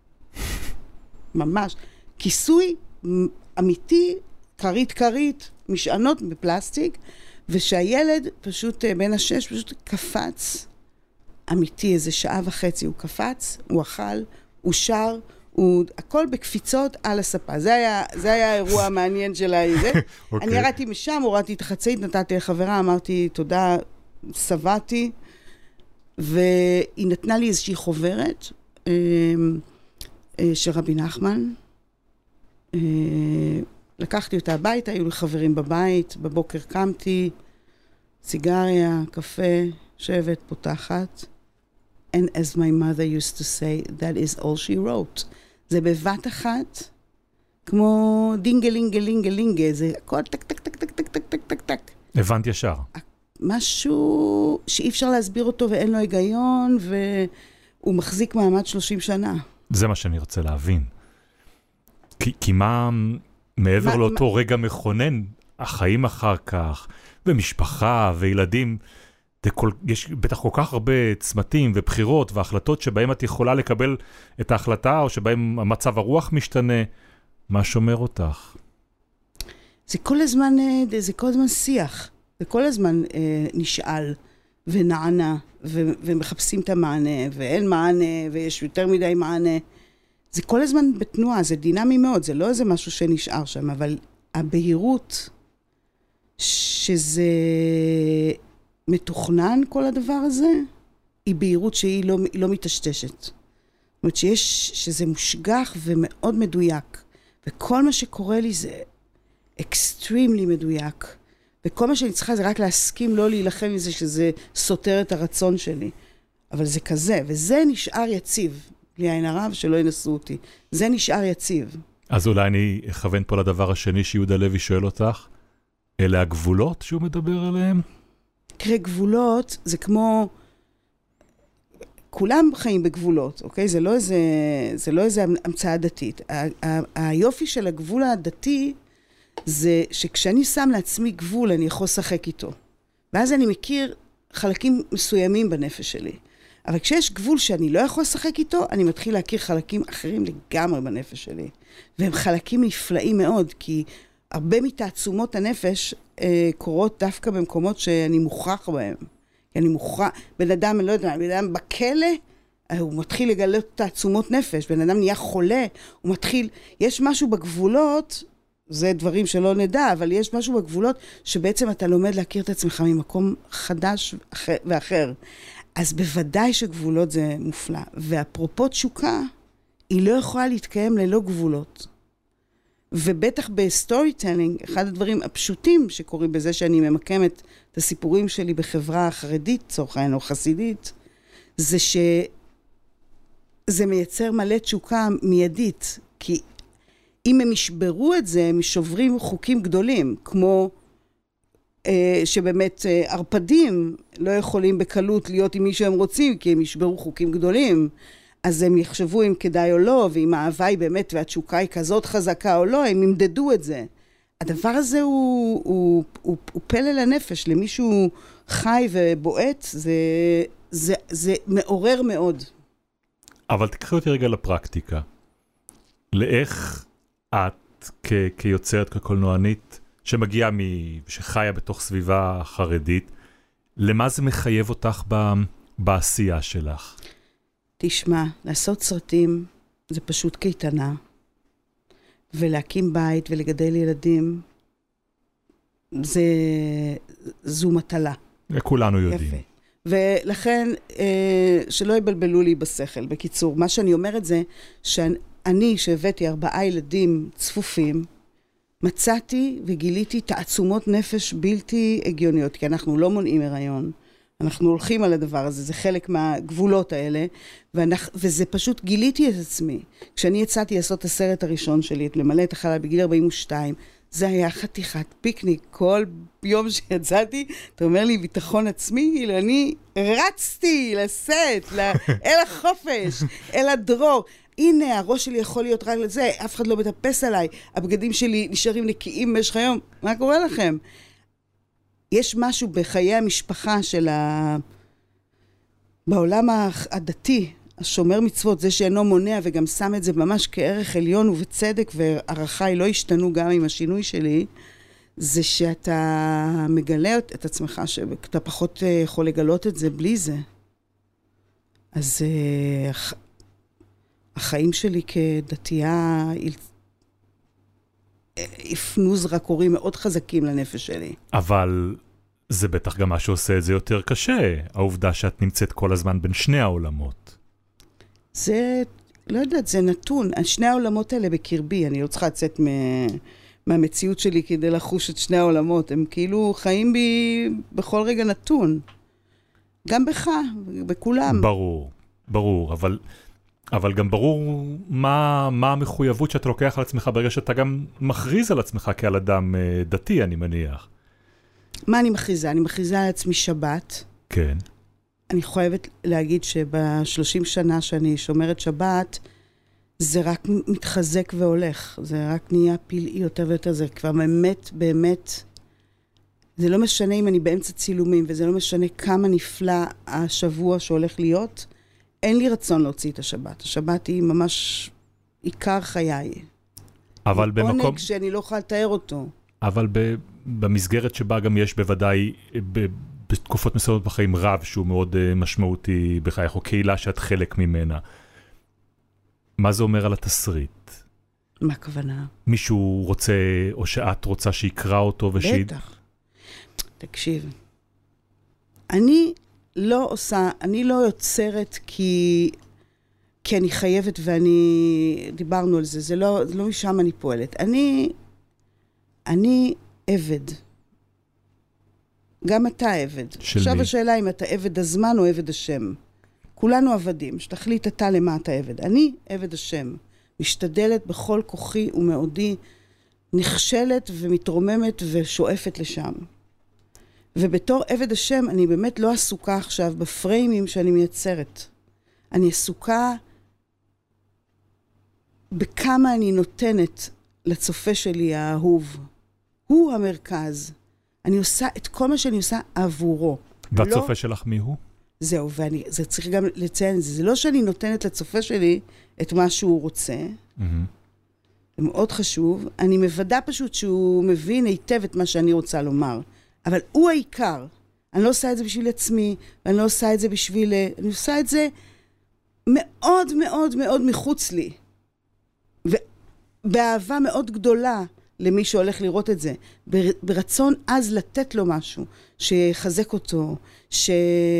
ממש. כיסוי אמיתי, קרית קרית, משענות בפלסטיק, ושהילד פשוט, בין השש, פשוט קפץ, אמיתי, איזה שעה וחצי הוא קפץ, הוא אכל, הוא שר, הוא, הכל בקפיצות על הספה. זה היה, זה היה האירוע המעניין שלה. okay. אני ירדתי משם, הורדתי את החצאית, נתתי לחברה, אמרתי, תודה, סבתי, והיא נתנה לי איזושהי חוברת, של רבי נחמן. לקחתי אותה הביתה, היו לי חברים בבית, בבוקר קמתי, סיגריה, קפה, שבת, פותחת. And as my mother used to say, that is all she wrote. זה בבת אחת, כמו דינגלינגלינגלינגה, זה הכל טק טק טק טק טק טק טק טק טק.
הבנת ישר.
משהו שאי אפשר להסביר אותו ואין לו היגיון, והוא מחזיק מעמד שלושים שנה.
זה מה שאני רוצה להבין. כי, כי מה, מעבר מה, לאותו מה... רגע מכונן, החיים אחר כך, ומשפחה וילדים, כל, יש בטח כל כך הרבה צמתים ובחירות והחלטות שבהם את יכולה לקבל את ההחלטה, או שבהם המצב הרוח משתנה. מה שומר אותך?
זה כל הזמן, זה כל הזמן שיח. זה כל הזמן אה, נשאל ונענה, ו- ומחפשים את המענה, ואין מענה, ויש יותר מדי מענה. זה כל הזמן בתנועה, זה דינמי מאוד, זה לא איזה משהו שנשאר שם, אבל הבהירות שזה מתוכנן כל הדבר הזה, היא בהירות שהיא לא, לא מתשתשת. זאת אומרת שיש, שזה מושגח ומאוד מדויק, וכל מה שקורה לי זה אקסטרימלי מדויק. וכל מה שאני צריכה זה רק להסכים לא להילחם עם זה שזה סותר את הרצון שלי. אבל זה כזה, וזה נשאר יציב. בלי עין הרע שלא ינסו אותי. זה נשאר יציב.
אז אולי אני אכוון פה לדבר השני שיהודה לוי שואל אותך. אלה הגבולות שהוא מדבר עליהם?
תראה, גבולות זה כמו... כולם חיים בגבולות, אוקיי? זה לא איזה, זה לא איזה המצאה דתית. ה- ה- היופי של הגבול הדתי זה שכשאני שם לעצמי גבול, אני יכול לשחק איתו. ואז אני מכיר חלקים מסוימים בנפש שלי. אבל כשיש גבול שאני לא יכול לשחק איתו, אני מתחיל להכיר חלקים אחרים לגמרי בנפש שלי. והם חלקים נפלאים מאוד, כי הרבה מתעצומות הנפש אה, קורות דווקא במקומות שאני מוכרח בהם. כי אני מוכרח, בן אדם, אני לא יודע, בן אדם בכלא, הוא מתחיל לגלות תעצומות נפש. בן אדם נהיה חולה, הוא מתחיל, יש משהו בגבולות, זה דברים שלא נדע, אבל יש משהו בגבולות שבעצם אתה לומד להכיר את עצמך ממקום חדש ואחר. אז בוודאי שגבולות זה מופלא. ואפרופו תשוקה, היא לא יכולה להתקיים ללא גבולות. ובטח בסטורי טיילינג, אחד הדברים הפשוטים שקורים בזה שאני ממקמת את הסיפורים שלי בחברה חרדית, צורך העין או חסידית, זה שזה מייצר מלא תשוקה מיידית, כי אם הם ישברו את זה, הם שוברים חוקים גדולים, כמו אה, שבאמת אה, ערפדים לא יכולים בקלות להיות עם מי שהם רוצים, כי הם ישברו חוקים גדולים. אז הם יחשבו אם כדאי או לא, ואם האהבה היא באמת והתשוקה היא כזאת חזקה או לא, הם ימדדו את זה. הדבר הזה הוא, הוא, הוא, הוא פלא לנפש, למישהו חי ובועט, זה, זה, זה מעורר מאוד.
אבל תקחי אותי רגע לפרקטיקה. לאיך את כ- כיוצרת, כקולנוענית, שמגיעה מ... שחיה בתוך סביבה חרדית, למה זה מחייב אותך ב... בעשייה שלך?
תשמע, לעשות סרטים זה פשוט קייטנה, ולהקים בית ולגדל ילדים, זה, זו מטלה.
וכולנו יודעים.
יפה. ולכן, שלא יבלבלו לי בשכל. בקיצור, מה שאני אומרת זה, שאני שהבאתי ארבעה ילדים צפופים, מצאתי וגיליתי תעצומות נפש בלתי הגיוניות, כי אנחנו לא מונעים הריון. אנחנו הולכים על הדבר הזה, זה חלק מהגבולות האלה, ואנחנו, וזה פשוט גיליתי את עצמי. כשאני יצאתי לעשות את הסרט הראשון שלי, למלא את החלל בגיל ארבעים ושתיים, זה היה חתיכת פיקניק. כל יום שיצאתי, אתה אומר לי, ביטחון עצמי, אני רצתי לסט, אל החופש, אל הדרור. הנה, הראש שלי יכול להיות רק לזה, אף אחד לא מטפס עליי, הבגדים שלי נשארים נקיים במשך היום. מה קורה לכם? יש משהו בחיי המשפחה של ה... בעולם הדתי, השומר מצוות, זה שאינו מונע וגם שם את זה ממש כערך עליון ובצדק, וערכיי לא השתנו גם עם השינוי שלי, זה שאתה מגלה את עצמך, שאתה פחות יכול לגלות את זה בלי זה. אז החיים שלי כדתייה הפנו זרקורים מאוד חזקים לנפש שלי.
אבל זה בטח גם מה שעושה את זה יותר קשה, העובדה שאת נמצאת כל הזמן בין שני העולמות.
זה לא יודעת, זה נתון. שני העולמות האלה בקרבי, אני לא צריכה לצאת מ... מהמציאות שלי כדי לחוש את שני העולמות. הם כאילו חיים בי בכל רגע נתון. גם בך, בכולם.
ברור, ברור, אבל, אבל גם ברור מה, מה המחויבות שאתה לוקח על עצמך ברגע שאתה גם מכריז על עצמך כעל אדם דתי, אני מניח.
מה אני מכריזה? אני מכריזה על עצמי שבת.
כן.
אני חייבת להגיד שבשלושים שנה שאני שומרת שבת, זה רק מתחזק והולך. זה רק נהיה פלאי יותר ויותר. זה כבר באמת, באמת, זה לא משנה אם אני באמצע צילומים, וזה לא משנה כמה נפלא השבוע שהולך להיות. אין לי רצון להוציא את השבת. השבת היא ממש עיקר חיי.
אבל במקום...
עונג שאני לא יכולה לתאר אותו.
אבל ב... במסגרת שבה גם יש בוודאי, ב... בתקופות מסוימות בחיים רב, שהוא מאוד uh, משמעותי בחייך, או קהילה שאת חלק ממנה. מה זה אומר על התסריט?
מה הכוונה? מישהו
רוצה, או שאת רוצה שיקרא אותו ושי...
בטח. תקשיב. אני לא עושה, אני לא יוצרת כי, כי אני חייבת ואני, דיברנו על זה, זה לא, זה לא משם אני פועלת. אני, אני עבד. גם אתה עבד. עכשיו מי? השאלה אם אתה עבד הזמן או עבד השם. כולנו עבדים, שתחליט אתה למה אתה עבד. אני עבד השם. משתדלת בכל כוחי ומאודי, נכשלת ומתרוממת ושואפת לשם. ובתור עבד השם אני באמת לא עסוקה עכשיו בפריימים שאני מייצרת. אני עסוקה בכמה אני נותנת לצופה שלי האהוב. הוא המרכז. אני עושה את כל מה שאני עושה עבורו.
והצופה לא... שלך מי הוא?
זהו, ואני, זה צריך גם לציין את זה. זה לא שאני נותנת לצופה שלי את מה שהוא רוצה. Mm-hmm. זה מאוד חשוב. אני מוודא פשוט שהוא מבין היטב את מה שאני רוצה לומר. אבל הוא העיקר. אני לא עושה את זה בשביל עצמי, ואני לא עושה את זה בשביל... אני עושה את זה מאוד מאוד מאוד מחוץ לי. ובאהבה מאוד גדולה למי שהולך לראות את זה. ברצון אז לתת לו משהו, שיחזק אותו, ש...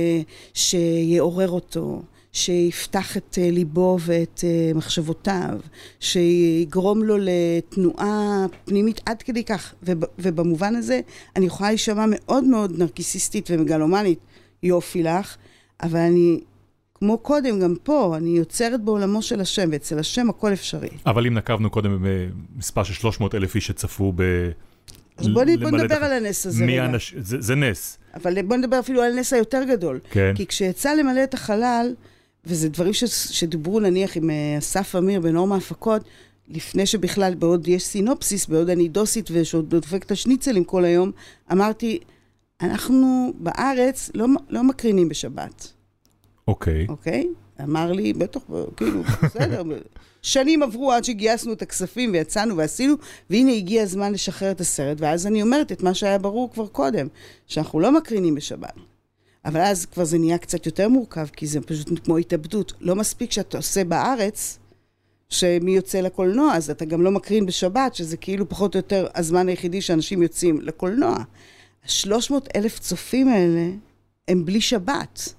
שיעורר אותו, שיפתח את ליבו ואת מחשבותיו, שיגרום לו לתנועה פנימית עד כדי כך. ובמובן הזה אני יכולה להישמע מאוד מאוד נרקיסיסטית ומגלומנית, יופי לך, אבל אני, כמו קודם, גם פה, אני יוצרת בעולמו של השם, ואצל השם הכל אפשרי.
אבל אם נקבנו קודם במספר של שלוש מאות אלף איש שצפו ב...
אז בוא נדבר על הנס הזה.
זה נס.
אבל בוא נדבר אפילו על הנס היותר גדול. כי כשיצא למלא את החלל, וזה דברים ש, שדיברו נניח עם uh, אסף אמיר בנורמה הפקות, לפני שבכלל בעוד יש סינופסיס, בעוד אני דוסית ושעוד דופק את השניצלים כל היום, אמרתי, אנחנו בארץ לא, לא מקרינים בשבת.
אוקיי. Okay.
אוקיי? Okay? אמר לי, בטח, כאילו, בסדר. שנים עברו עד שגייסנו את הכספים ויצאנו ועשינו, והנה הגיע הזמן לשחרר את הסרט, ואז אני אומרת את מה שהיה ברור כבר קודם, שאנחנו לא מקרינים בשבת. אבל אז כבר זה נהיה קצת יותר מורכב, כי זה פשוט כמו התאבדות. לא מספיק שאתה עושה בארץ, שמי יוצא לקולנוע, אז אתה גם לא מקרין בשבת, שזה כאילו פחות או יותר הזמן היחידי שאנשים יוצאים לקולנוע. ה-שלוש מאות אלף צופים האלה, הם בלי שבת.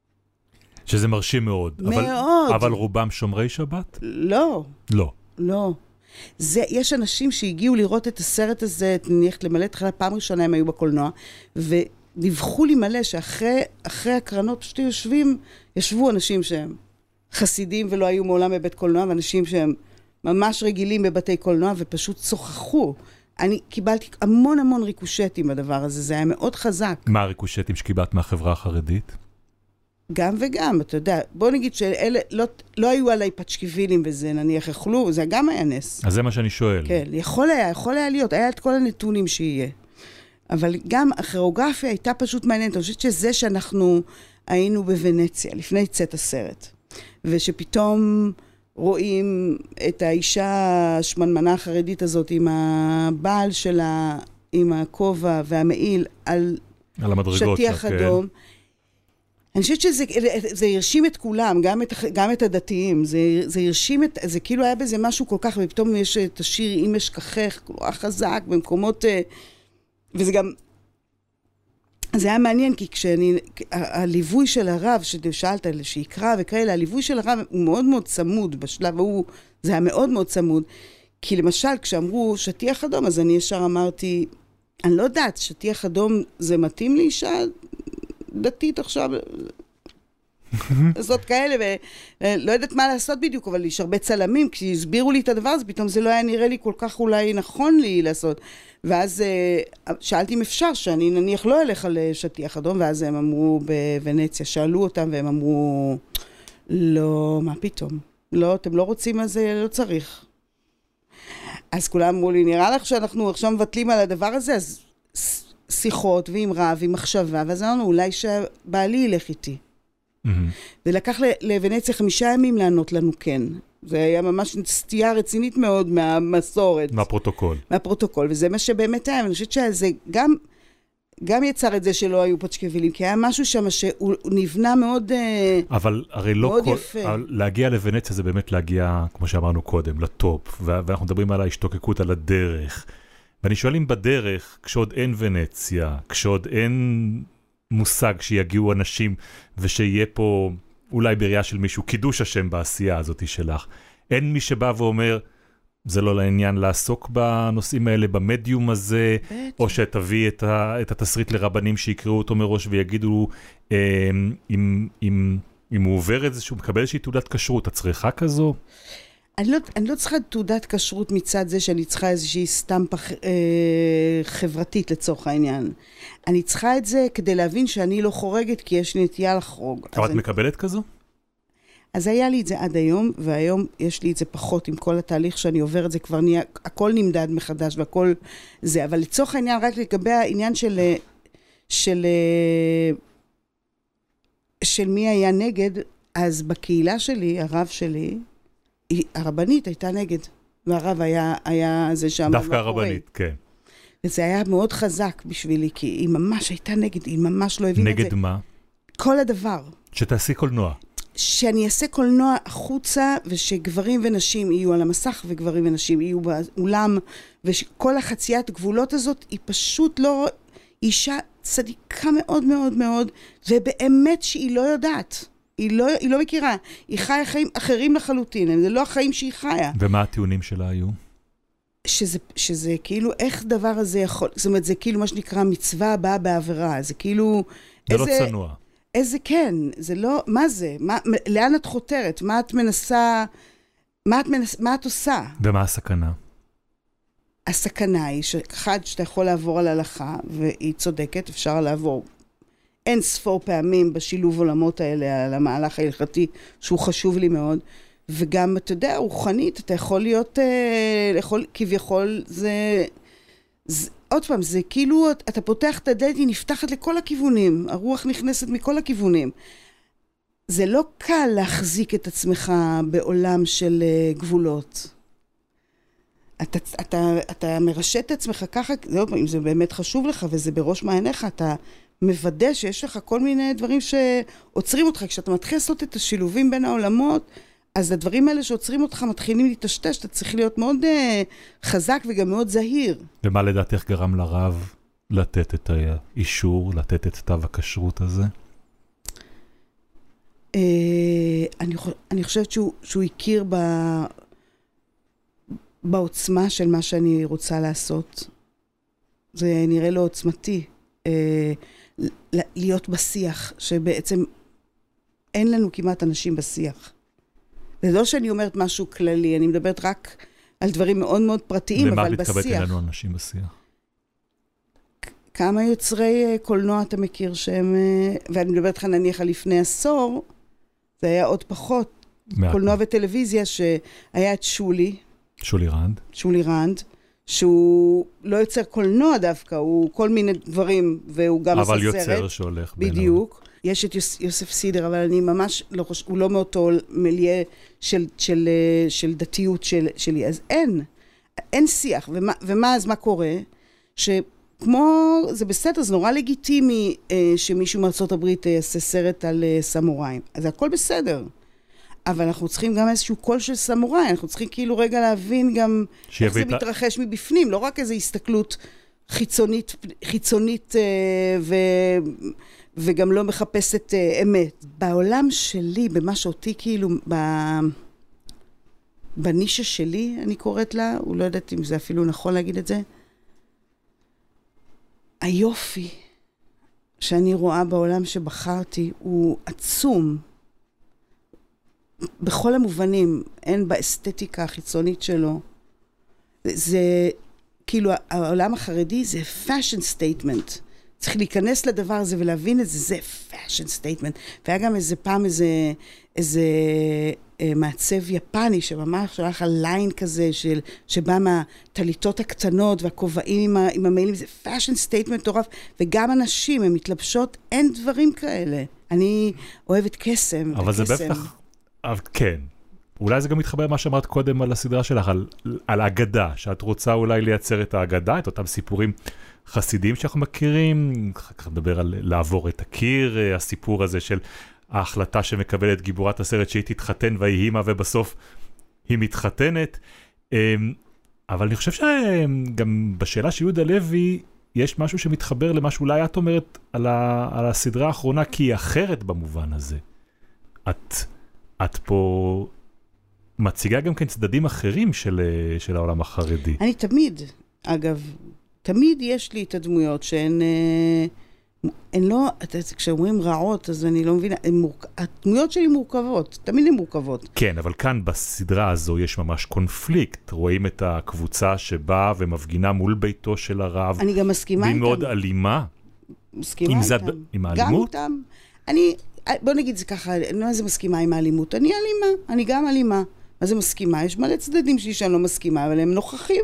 שזה מרשים מאוד.
מאוד.
אבל, אבל רובם שומרי שבת?
לא.
לא.
לא. זה, יש אנשים שהגיעו לראות את הסרט הזה, נניח למלא את חלה, פעם ראשונה הם היו בקולנוע, ו... דיווחו לי מלא שאחרי אחרי הקרנות פשוט יושבים, ישבו אנשים שהם חסידים ולא היו מעולם בבית קולנוע, ואנשים שהם ממש רגילים בבתי קולנוע ופשוט צוחחו. אני קיבלתי המון המון ריקושטים בדבר הזה, זה היה מאוד חזק.
מה הריקושטים שקיבלת מהחברה החרדית?
גם וגם, אתה יודע, בוא נגיד שאלה לא, לא היו עליי פצ'קיבילים וזה, נניח יכלו, זה גם היה נס.
אז זה מה שאני שואל.
כן, יכול היה, יכול היה להיות, היה את כל הנתונים שיהיה. אבל גם הכירוגרפיה הייתה פשוט מעניינת. אני חושבת שזה שאנחנו היינו בוונציה, לפני צאת הסרט, ושפתאום רואים את האישה השמנמנה החרדית הזאת עם הבעל שלה, עם הכובע והמעיל על,
על המדרגות
שטיח
שם,
אדום.
כן.
אני חושבת שזה זה הרשים את כולם, גם את, גם את הדתיים. זה, זה הרשים את, זה כאילו היה בזה משהו כל כך, ופתאום יש את השיר אם אשכחך, כל כך חזק, במקומות... וזה גם, זה היה מעניין, כי כשאני, הליווי של הרב, ששאלת שיקרא וכאלה, הליווי של הרב הוא מאוד מאוד צמוד, בשלב ההוא זה היה מאוד מאוד צמוד, כי למשל כשאמרו שטיח אדום, אז אני ישר אמרתי, אני לא יודעת, שטיח אדום זה מתאים לאישה דתית עכשיו, לעשות כאלה, ולא יודעת מה לעשות בדיוק, אבל יש הרבה צלמים, כשהסבירו לי את הדבר הזה, פתאום זה לא היה נראה לי כל כך אולי נכון לי לעשות. ואז שאלתי אם אפשר, שאני נניח לא אלך על שטיח אדום, ואז הם אמרו בוונציה, שאלו אותם, והם אמרו, לא, מה פתאום? לא, אתם לא רוצים, אז לא צריך. אז כולם אמרו לי, נראה לך שאנחנו עכשיו מבטלים על הדבר הזה, אז שיחות ועם רב, ועם מחשבה, ואז אמרנו, אולי שבעלי ילך איתי. ולקח לוונציה חמישה ימים לענות לנו כן. זה היה ממש סטייה רצינית מאוד מהמסורת.
מהפרוטוקול.
מהפרוטוקול, וזה מה שבאמת היה. אני חושבת שזה גם, גם יצר את זה שלא היו פצ'קווילים, כי היה משהו שם שהוא נבנה מאוד יפה. אבל הרי לא כל...
להגיע לוונציה זה באמת להגיע, כמו שאמרנו קודם, לטופ, ואנחנו מדברים על ההשתוקקות, על הדרך. ואני שואל אם בדרך, כשעוד אין ונציה, כשעוד אין מושג שיגיעו אנשים, ושיהיה פה אולי בראייה של מישהו, קידוש השם בעשייה הזאת שלך. אין מי שבא ואומר, זה לא לעניין לעסוק בנושאים האלה, במדיום הזה, בטח. או שתביא את, ה, את התסריט לרבנים שיקראו אותו מראש ויגידו, אה, אם, אם, אם הוא עובר את זה, שהוא מקבל איזושהי תעודת כשרות, את צריכה כזו?
אני לא, אני לא צריכה תעודת כשרות מצד זה שאני צריכה איזושהי סטמפה אה, חברתית לצורך העניין. אני צריכה את זה כדי להבין שאני לא חורגת, כי יש לי נטייה לחרוג.
אבל את
אני...
מקבלת כזו?
אז היה לי את זה עד היום, והיום יש לי את זה פחות עם כל התהליך שאני עובר את זה, כבר נהיה, הכל נמדד מחדש והכל זה. אבל לצורך העניין, רק לגבי העניין של, של, של מי היה נגד, אז בקהילה שלי, הרב שלי, הרבנית הייתה נגד, והרב היה, היה זה שם.
דווקא הרבנית, כן.
וזה היה מאוד חזק בשבילי, כי היא ממש הייתה נגד, היא ממש לא הבינה את זה.
נגד מה?
כל הדבר.
שתעשי קולנוע.
שאני אעשה קולנוע החוצה, ושגברים ונשים יהיו על המסך, וגברים ונשים יהיו באולם, וכל החציית גבולות הזאת, היא פשוט לא, אישה צדיקה מאוד מאוד מאוד, ובאמת שהיא לא יודעת. היא לא, היא לא מכירה. היא חיה חיים אחרים לחלוטין, זה לא החיים שהיא חיה.
ומה הטיעונים שלה היו?
שזה, שזה כאילו, איך דבר הזה יכול, זאת אומרת, זה כאילו מה שנקרא מצווה הבאה בעבירה, זה כאילו...
זה
איזה,
לא צנוע.
איזה כן, זה לא, מה זה? מה, לאן את חותרת? מה את מנסה, מה את, מנס, מה את עושה?
ומה הסכנה?
הסכנה היא שאחד שאתה יכול לעבור על הלכה, והיא צודקת, אפשר לעבור אין ספור פעמים בשילוב עולמות האלה, על המהלך ההלכתי, שהוא חשוב לי מאוד, וגם, אתה יודע, רוחנית, אתה יכול להיות, יכול, כביכול, זה, זה, עוד פעם, זה כאילו, אתה פותח את הדלת, היא נפתחת לכל הכיוונים, הרוח נכנסת מכל הכיוונים. זה לא קל להחזיק את עצמך בעולם של גבולות. אתה, אתה, אתה מרשת את עצמך ככה, זה עוד פעם, אם זה באמת חשוב לך, וזה בראש מעייניך, אתה מוודא שיש לך כל מיני דברים שעוצרים אותך, כשאתה מתחיל לעשות את השילובים בין העולמות, אז הדברים האלה שעוצרים אותך מתחילים להתשתש, אתה צריך להיות מאוד uh, חזק וגם מאוד זהיר.
ומה לדעתך גרם לרב לתת את האישור, לתת את תו הכשרות הזה?
Uh, אני, אני חושבת שהוא, שהוא הכיר ב, בעוצמה של מה שאני רוצה לעשות. זה נראה לו עוצמתי. Uh, להיות בשיח, שבעצם אין לנו כמעט אנשים בשיח. זה לא שאני אומרת משהו כללי, אני מדברת רק על דברים מאוד מאוד פרטיים, אבל בשיח.
ומה מתכוון אין לנו אנשים בשיח?
כמה יוצרי קולנוע אתה מכיר שהם, ואני מדברת לך נניח על לפני עשור, זה היה עוד פחות, קולנוע וטלוויזיה, שהיה את שולי.
שולי רנד.
שולי רנד. שהוא לא יוצר קולנוע דווקא, הוא כל מיני דברים, והוא גם
אבל
עושה סרט.
יוצר שהולך
בדיוק. בינו. יש את יוס, יוסף סידר, אבל אני ממש לא חושב, הוא לא מאותו מליה של, של, של דתיות של, שלי. אז אין, אין שיח. ומה, ומה אז מה קורה? שכמו, זה בסדר, זה נורא לגיטימי אה, שמישהו מארצות הברית אה, יעשה סרט על אה, סמוראים. אז הכל בסדר. אבל אנחנו צריכים גם איזשהו קול של סמוראי, אנחנו צריכים כאילו רגע להבין גם איך זה מתרחש מבפנים, לא רק איזו הסתכלות חיצונית, חיצונית ו, וגם לא מחפשת אמת. בעולם שלי, במה שאותי כאילו, ב, בנישה שלי, אני קוראת לה, הוא לא יודעת אם זה אפילו נכון להגיד את זה, היופי שאני רואה בעולם שבחרתי הוא עצום. בכל המובנים, אין באסתטיקה החיצונית שלו. זה, כאילו, העולם החרדי זה fashion statement. צריך להיכנס לדבר הזה ולהבין את זה, זה fashion statement. והיה גם איזה פעם איזה, איזה אה, מעצב יפני שממש שלח על ליין כזה, של, שבא מהטליטות הקטנות והכובעים עם, עם המיילים, זה fashion statement טורף, וגם אנשים, הם מתלבשות, אין דברים כאלה. אני אוהבת קסם.
אבל זה בטח, כן. אולי זה גם מתחבר מה שאמרת קודם על הסדרה שלך, על, על האגדה, שאת רוצה אולי לייצר את האגדה, את אותם סיפורים חסידים שאנחנו מכירים, אחר כך נדבר על לעבור את הקיר, הסיפור הזה של ההחלטה שמקבלת גיבורת הסרט שהיא תתחתן והיא אימא ובסוף היא מתחתנת. אבל אני חושב שגם בשאלה של יהודה לוי, יש משהו שמתחבר למה שאולי את אומרת על, ה, על הסדרה האחרונה, כי היא אחרת במובן הזה. את, את פה מציגה גם כן צדדים אחרים של, של העולם החרדי.
אני תמיד, אגב, תמיד יש לי את הדמויות שהן, הן לא, כשאומרים רעות, אז אני לא מבינה, מורכ... הדמויות שלי מורכבות, תמיד הן מורכבות.
כן, אבל כאן בסדרה הזו יש ממש קונפליקט. רואים את הקבוצה שבאה ומפגינה מול ביתו של הרב.
אני גם מסכימה איתם.
והיא מאוד אלימה.
מסכימה
עם
איתם.
זד... עם האלימות?
גם איתם. אני, בוא נגיד זה ככה, אני לא זה מסכימה עם האלימות. אני אלימה, אני גם אלימה. מה זה מסכימה? יש מלא צדדים שלי שאני לא מסכימה, אבל הם נוכחים.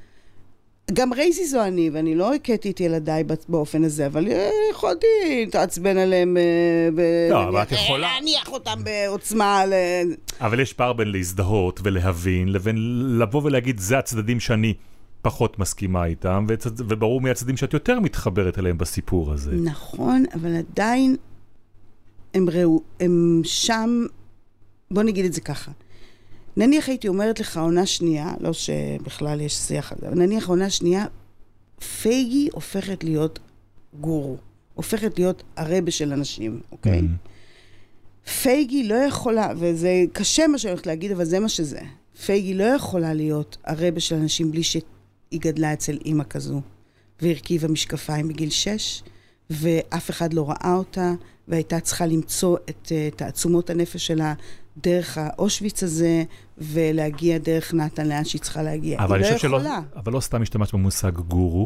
גם רייזי זו אני, ואני לא הכיתי את ילדיי באופן הזה, אבל יכולתי להתעצבן עליהם,
לא, אבל את יכולה...
להניח אותם בעוצמה.
אבל יש פער בין להזדהות ולהבין, לבין לבוא ולהגיד, זה הצדדים שאני פחות מסכימה איתם, וברור מהצדדים שאת יותר מתחברת אליהם בסיפור הזה.
נכון, אבל עדיין הם ראו, הם שם, בוא נגיד את זה ככה. נניח הייתי אומרת לך עונה שנייה, לא שבכלל יש שיח על זה, אבל נניח עונה שנייה, פייגי הופכת להיות גורו, הופכת להיות הרבה של אנשים, אוקיי? Mm-hmm. פייגי לא יכולה, וזה קשה מה שאני הולכת להגיד, אבל זה מה שזה. פייגי לא יכולה להיות הרבה של אנשים בלי שהיא גדלה אצל אימא כזו, והרכיבה משקפיים בגיל שש, ואף אחד לא ראה אותה, והייתה צריכה למצוא את תעצומות הנפש שלה, דרך האושוויץ הזה, ולהגיע דרך נתן לאן שהיא צריכה להגיע. היא לא יכולה. שלא,
אבל לא סתם משתמש במושג גורו,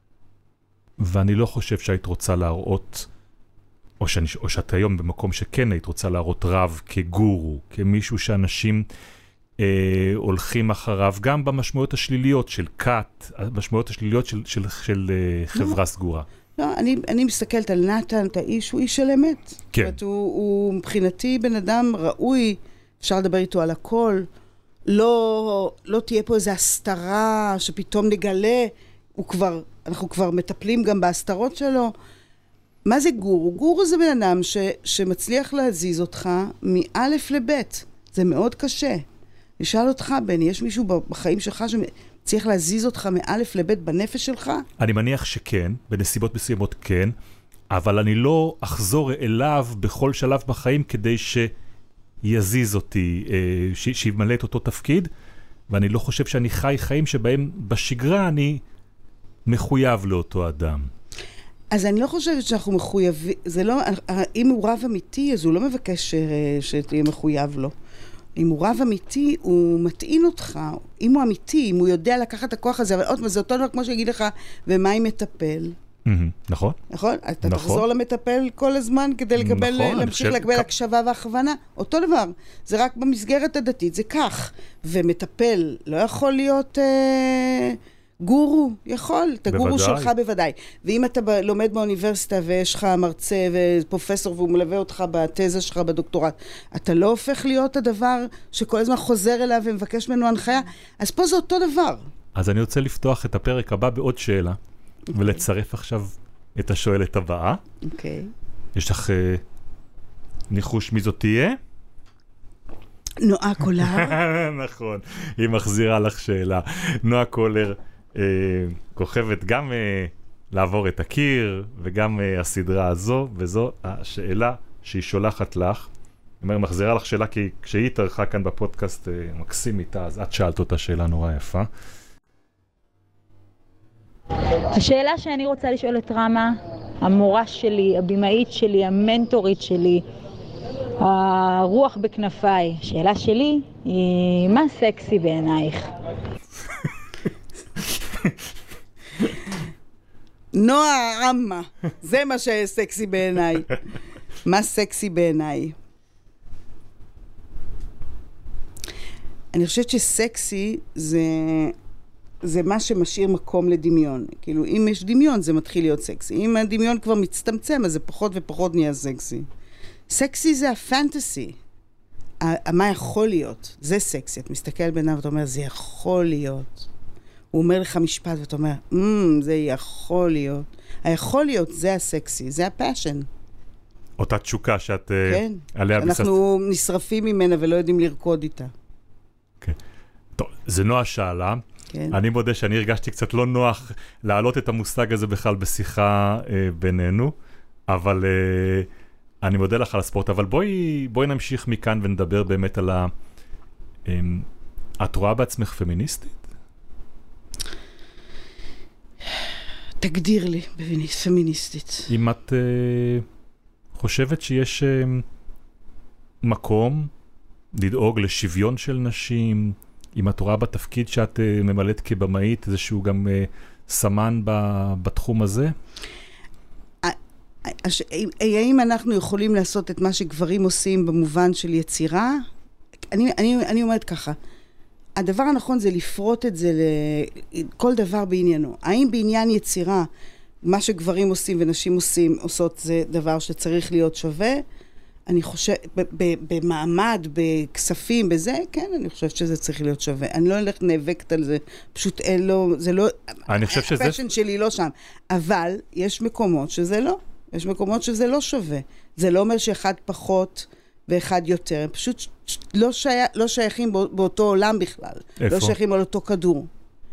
ואני לא חושב שהיית רוצה להראות, או, שאני, או שאת היום במקום שכן היית רוצה להראות רב כגורו, כמישהו שאנשים אה, הולכים אחריו, גם במשמעויות השליליות של קאט, המשמעויות השליליות של, של, של אה, חברה לא. סגורה.
לא, אני, אני מסתכלת על נתן, את האיש, הוא איש של אמת.
כן.
זאת, הוא, הוא מבחינתי בן אדם ראוי, אפשר לדבר איתו על הכל, לא, לא תהיה פה איזו הסתרה שפתאום נגלה, הוא כבר, אנחנו כבר מטפלים גם בהסתרות שלו. מה זה גורו? גורו זה בן אדם ש, שמצליח להזיז אותך מאלף לבית. זה מאוד קשה. נשאל אותך, בני, יש מישהו בחיים שלך ש... צריך להזיז אותך מאלף לבית בנפש שלך? אני
מניח שכן, בנסיבות מסוימות כן, אבל אני לא אחזור אליו בכל שלב בחיים כדי שיזיז אותי, ש... שימלא את אותו תפקיד, ואני לא חושב שאני חי חיים שבהם בשגרה אני מחויב לאותו אדם.
אז אני לא חושבת שאנחנו מחויבים, זה לא, אם הוא רב אמיתי, אז הוא לא מבקש שתהיה מחויב לו. אם הוא רב אמיתי, הוא מטעין אותך. אם הוא אמיתי, אם הוא יודע לקחת את הכוח הזה, אבל עוד, זה אותו דבר כמו שיגיד לך, ומה אם מטפל?
נכון.
נכון? אתה תחזור למטפל כל הזמן כדי לקבל, להמשיך לקבל הקשבה והכוונה. אותו דבר. זה רק במסגרת הדתית, זה כך. ומטפל לא יכול להיות גורו, יכול. את הגורו שלך בוודאי. ואם אתה לומד באוניברסיטה ויש לך מרצה ופרופסור והוא מלווה אותך בתזה שלך בדוקטורט, אתה לא הופך להיות הדבר שכל הזמן חוזר אליו ומבקש ממנו הנחיה, אז פה זה אותו דבר.
אז אני רוצה לפתוח את הפרק הבא בעוד שאלה, okay. ולצרף עכשיו את השואלת הבאה.
אוקיי.
Okay. יש לך uh, ניחוש מי זאת תהיה?
נועה קולר.
נכון, היא מחזירה לך שאלה. נועה קולר כוכבת גם לעבור את הקיר, וגם הסדרה הזו, וזו השאלה שהיא שולחת לך. אני אומר, מחזירה לך שאלה, כי כשהיא התארחה כאן בפודקאסט מקסים איתה, אז את שאלת אותה שאלה נורא יפה.
השאלה שאני רוצה לשאול את רמה, המורה שלי, הבימאית שלי, המנטורית שלי, הרוח בכנפיי, השאלה שלי היא, מה סקסי בעינייך?
נועה רמה, זה מה שסקסי בעיניי. מה סקסי בעיניי? אני חושבת שסקסי זה, זה מה שמשאיר מקום לדמיון. כאילו, אם יש דמיון, זה מתחיל להיות סקסי. אם הדמיון כבר מצטמצם, אז זה פחות ופחות נהיה סקסי. סקסי זה הפנטסי. מה יכול להיות? זה סקסי. את מסתכל ביניו ואתה אומר, זה יכול להיות. הוא אומר לך משפט ואתה אומר, mm, זה יכול להיות. היכול להיות, זה הסקסי, זה הפאשן.
אותה תשוקה שאת
כן.
עליה בסוף.
אנחנו נשרפים ממנה ולא יודעים לרקוד איתה.
כן. טוב, זה נועה שאלה. כן. אני מודה שאני הרגשתי קצת לא נוח להעלות את המושג הזה בכלל בשיחה אה, בינינו, אבל אה, אני מודה לך על הספורט, אבל בואי, בואי נמשיך מכאן ונדבר באמת על ה... אה, את רואה בעצמך פמיניסטית?
תגדיר לי, פמיניסטית.
אם את uh, חושבת שיש uh, מקום לדאוג לשוויון של נשים, אם את רואה בתפקיד שאת uh, ממלאת כבמאית, איזשהו גם uh, סמן ב- בתחום הזה?
האם אנחנו יכולים לעשות את מה שגברים עושים במובן של יצירה? אני, אני, אני אומרת ככה, הדבר הנכון זה לפרוט את זה לכל דבר בעניינו. האם בעניין יצירה, מה שגברים עושים ונשים עושים, עושות זה דבר שצריך להיות שווה? אני חושב, במעמד, בכספים, בזה, כן, אני חושבת שזה צריך להיות שווה. אני לא הולכת נאבקת על זה, פשוט לא, זה לא,
אני חושב שזה...
הפשן שלי לא שם. אבל יש מקומות שזה לא. יש מקומות שזה לא שווה. זה לא אומר שאחד פחות ואחד יותר. פשוט לא, שייך, לא שייכים באותו עולם בכלל.
איפה?
לא שייכים על אותו כדור.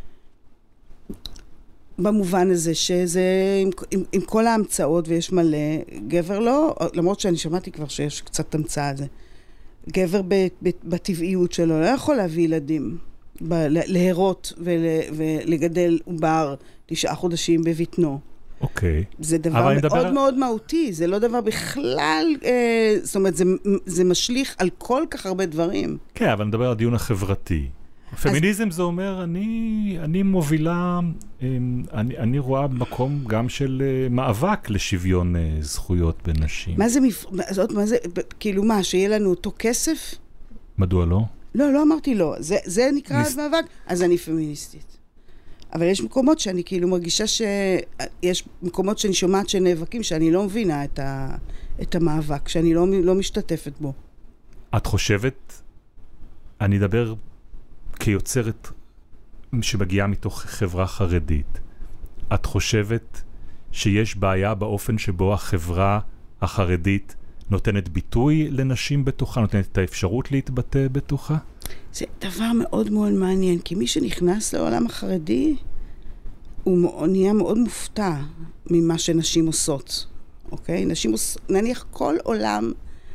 במובן הזה שזה, עם, עם, עם כל ההמצאות, ויש מלא, גבר לא, למרות שאני שמעתי כבר שיש קצת המצאה על זה, גבר ב, ב, בטבעיות שלו לא יכול להביא ילדים, ב, להירות ול, ולגדל עובר תשעה חודשים בביטנו.
אוקיי.
זה דבר מאוד
מדבר...
מאוד מהותי, זה לא דבר בכלל, אה, זאת אומרת, זה, זה משליך על כל כך הרבה דברים.
כן, אבל נדבר על הדיון החברתי. פמיניזם זה אומר, אני, אני מובילה, אני, אני רואה מקום גם של מאבק לשוויון זכויות בין נשים.
מה זה, זאת, מה זה, כאילו מה, שיהיה לנו אותו כסף?
מדוע לא?
לא, לא אמרתי לא. זה, זה נקרא נס... מאבק, אז אני פמיניסטית. אבל יש מקומות שאני כאילו מרגישה שיש מקומות שאני שומעת שנאבקים, שאני לא מבינה את, ה, את המאבק, שאני לא, לא משתתפת בו.
את חושבת, אני אדבר כיוצרת שמגיעה מתוך חברה חרדית, את חושבת שיש בעיה באופן שבו החברה החרדית נותנת ביטוי לנשים בתוכה, נותנת את האפשרות להתבטא בתוכה?
זה דבר מאוד מאוד מעניין, כי מי שנכנס לעולם החרדי, הוא נהיה מאוד מופתע ממה שנשים עושות, אוקיי? נשים עושות, נניח כל עולם,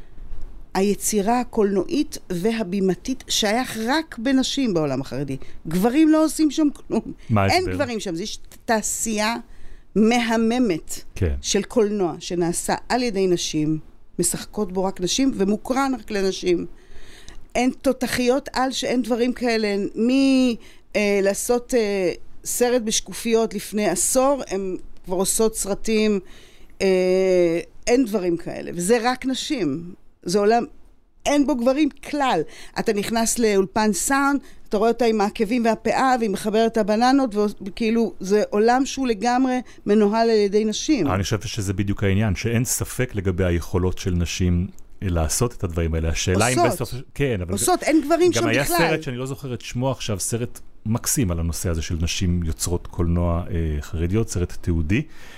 היצירה הקולנועית והבימתית שייך רק בנשים בעולם החרדי. גברים לא עושים שם כלום.
מה
אין
הסבר?
גברים שם, זה תעשייה מהממת
כן.
של קולנוע, שנעשה על ידי נשים, משחקות בו רק נשים, ומוקרן רק לנשים. אין תותחיות על שאין דברים כאלה, מי אה, לעשות אה, סרט בשקופיות לפני עשור, הם כבר עושות סרטים, אה, אין דברים כאלה, וזה רק נשים. זה עולם, אין בו גברים כלל. אתה נכנס לאולפן סאונד, אתה רואה אותה עם העקבים והפאה, והיא מחברת את הבננות, וכאילו, זה עולם שהוא לגמרי מנוהל על ידי נשים.
אני חושבת שזה בדיוק העניין, שאין ספק לגבי היכולות של נשים לעשות את הדברים האלה. השאלה אם בסוף... כן, אבל...
עושות, אין גברים שם בכלל.
גם היה סרט שאני לא זוכר את שמו עכשיו, סרט מקסים על הנושא הזה של נשים יוצרות קולנוע אה, חרדיות, סרט תיעודי.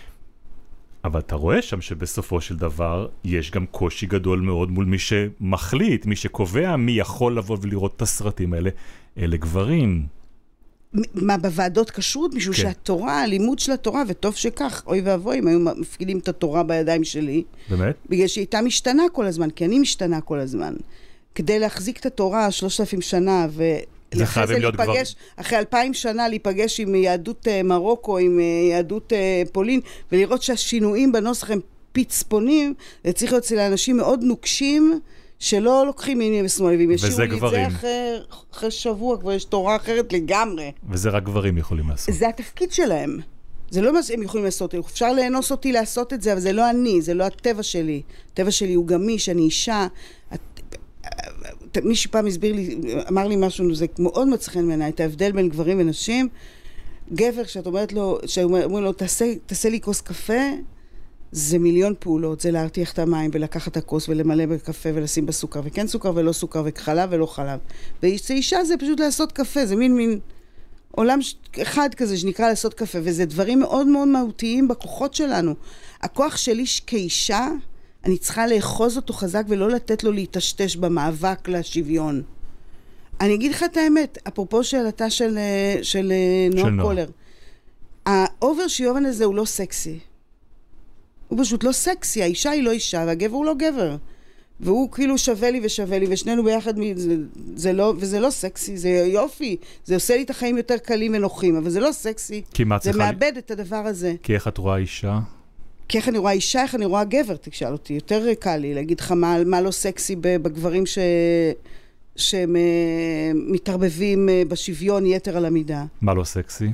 אבל אתה רואה שם שבסופו של דבר יש גם קושי גדול מאוד מול מי שמחליט, מי שקובע מי יכול לבוא ולראות את הסרטים האלה, אלה גברים.
מה, בוועדות כשרות? משום
כן.
שהתורה, הלימוד של התורה, וטוב שכך, אוי ואבוי, הם היו מפקידים את התורה בידיים שלי.
באמת?
בגלל שהיא הייתה משתנה כל הזמן, כי אני משתנה כל הזמן. כדי להחזיק את התורה שלושת אלפים שנה, ואחרי זה להיפגש, כבר... אחרי אלפיים שנה להיפגש עם יהדות מרוקו, עם יהדות פולין, ולראות שהשינויים בנוסח הם פצפונים, זה צריך להיות אצל האנשים מאוד נוקשים, שלא לוקחים מימין ושמאל, והם ישירו לי את זה אחרי, אחרי שבוע, כבר יש תורה אחרת לגמרי.
וזה רק גברים יכולים לעשות.
זה התפקיד שלהם. זה לא מה שהם יכולים לעשות. אפשר לאנוס אותי לעשות את זה, אבל זה לא אני, זה לא הטבע שלי. הטבע שלי הוא גמיש, אני אישה. מישהו פעם הסביר לי, אמר לי משהו, זה מאוד מצחן ממנה, את ההבדל בין גברים ונשים. גבר, שאת אומרת לו, שאומרים לו, תעשה, תעשה לי כוס קפה, זה מיליון פעולות, זה להרתיח את המים ולקחת את הכוס ולמלא בקפה ולשים בסוכר, וכן סוכר ולא סוכר, וחלב ולא חלב. ואישה זה פשוט לעשות קפה, זה מין מין עולם אחד כזה שנקרא לעשות קפה, וזה דברים מאוד מאוד מהותיים בכוחות שלנו. הכוח שלי כאישה, אני צריכה לאחוז אותו חזק ולא לתת לו להתשתש במאבק לשוויון. אני אגיד לך את האמת, אפרופו שאלתה של, של נועה קולר, האובר שיובן הזה הוא לא סקסי. הוא פשוט לא סקסי, האישה היא לא אישה, והגבר הוא לא גבר. והוא כאילו שווה לי ושווה לי, ושנינו ביחד, זה, זה לא, וזה לא סקסי, זה יופי, זה עושה לי את החיים יותר קלים ונוחים, אבל זה לא סקסי, זה מאבד לי... את הדבר הזה.
כי איך את רואה אישה?
כי איך אני רואה אישה, איך אני רואה גבר, תשאל אותי, יותר קל לי להגיד לך מה, מה לא סקסי בגברים ש... שהם מתערבבים בשוויון יתר על המידה.
מה לא סקסי?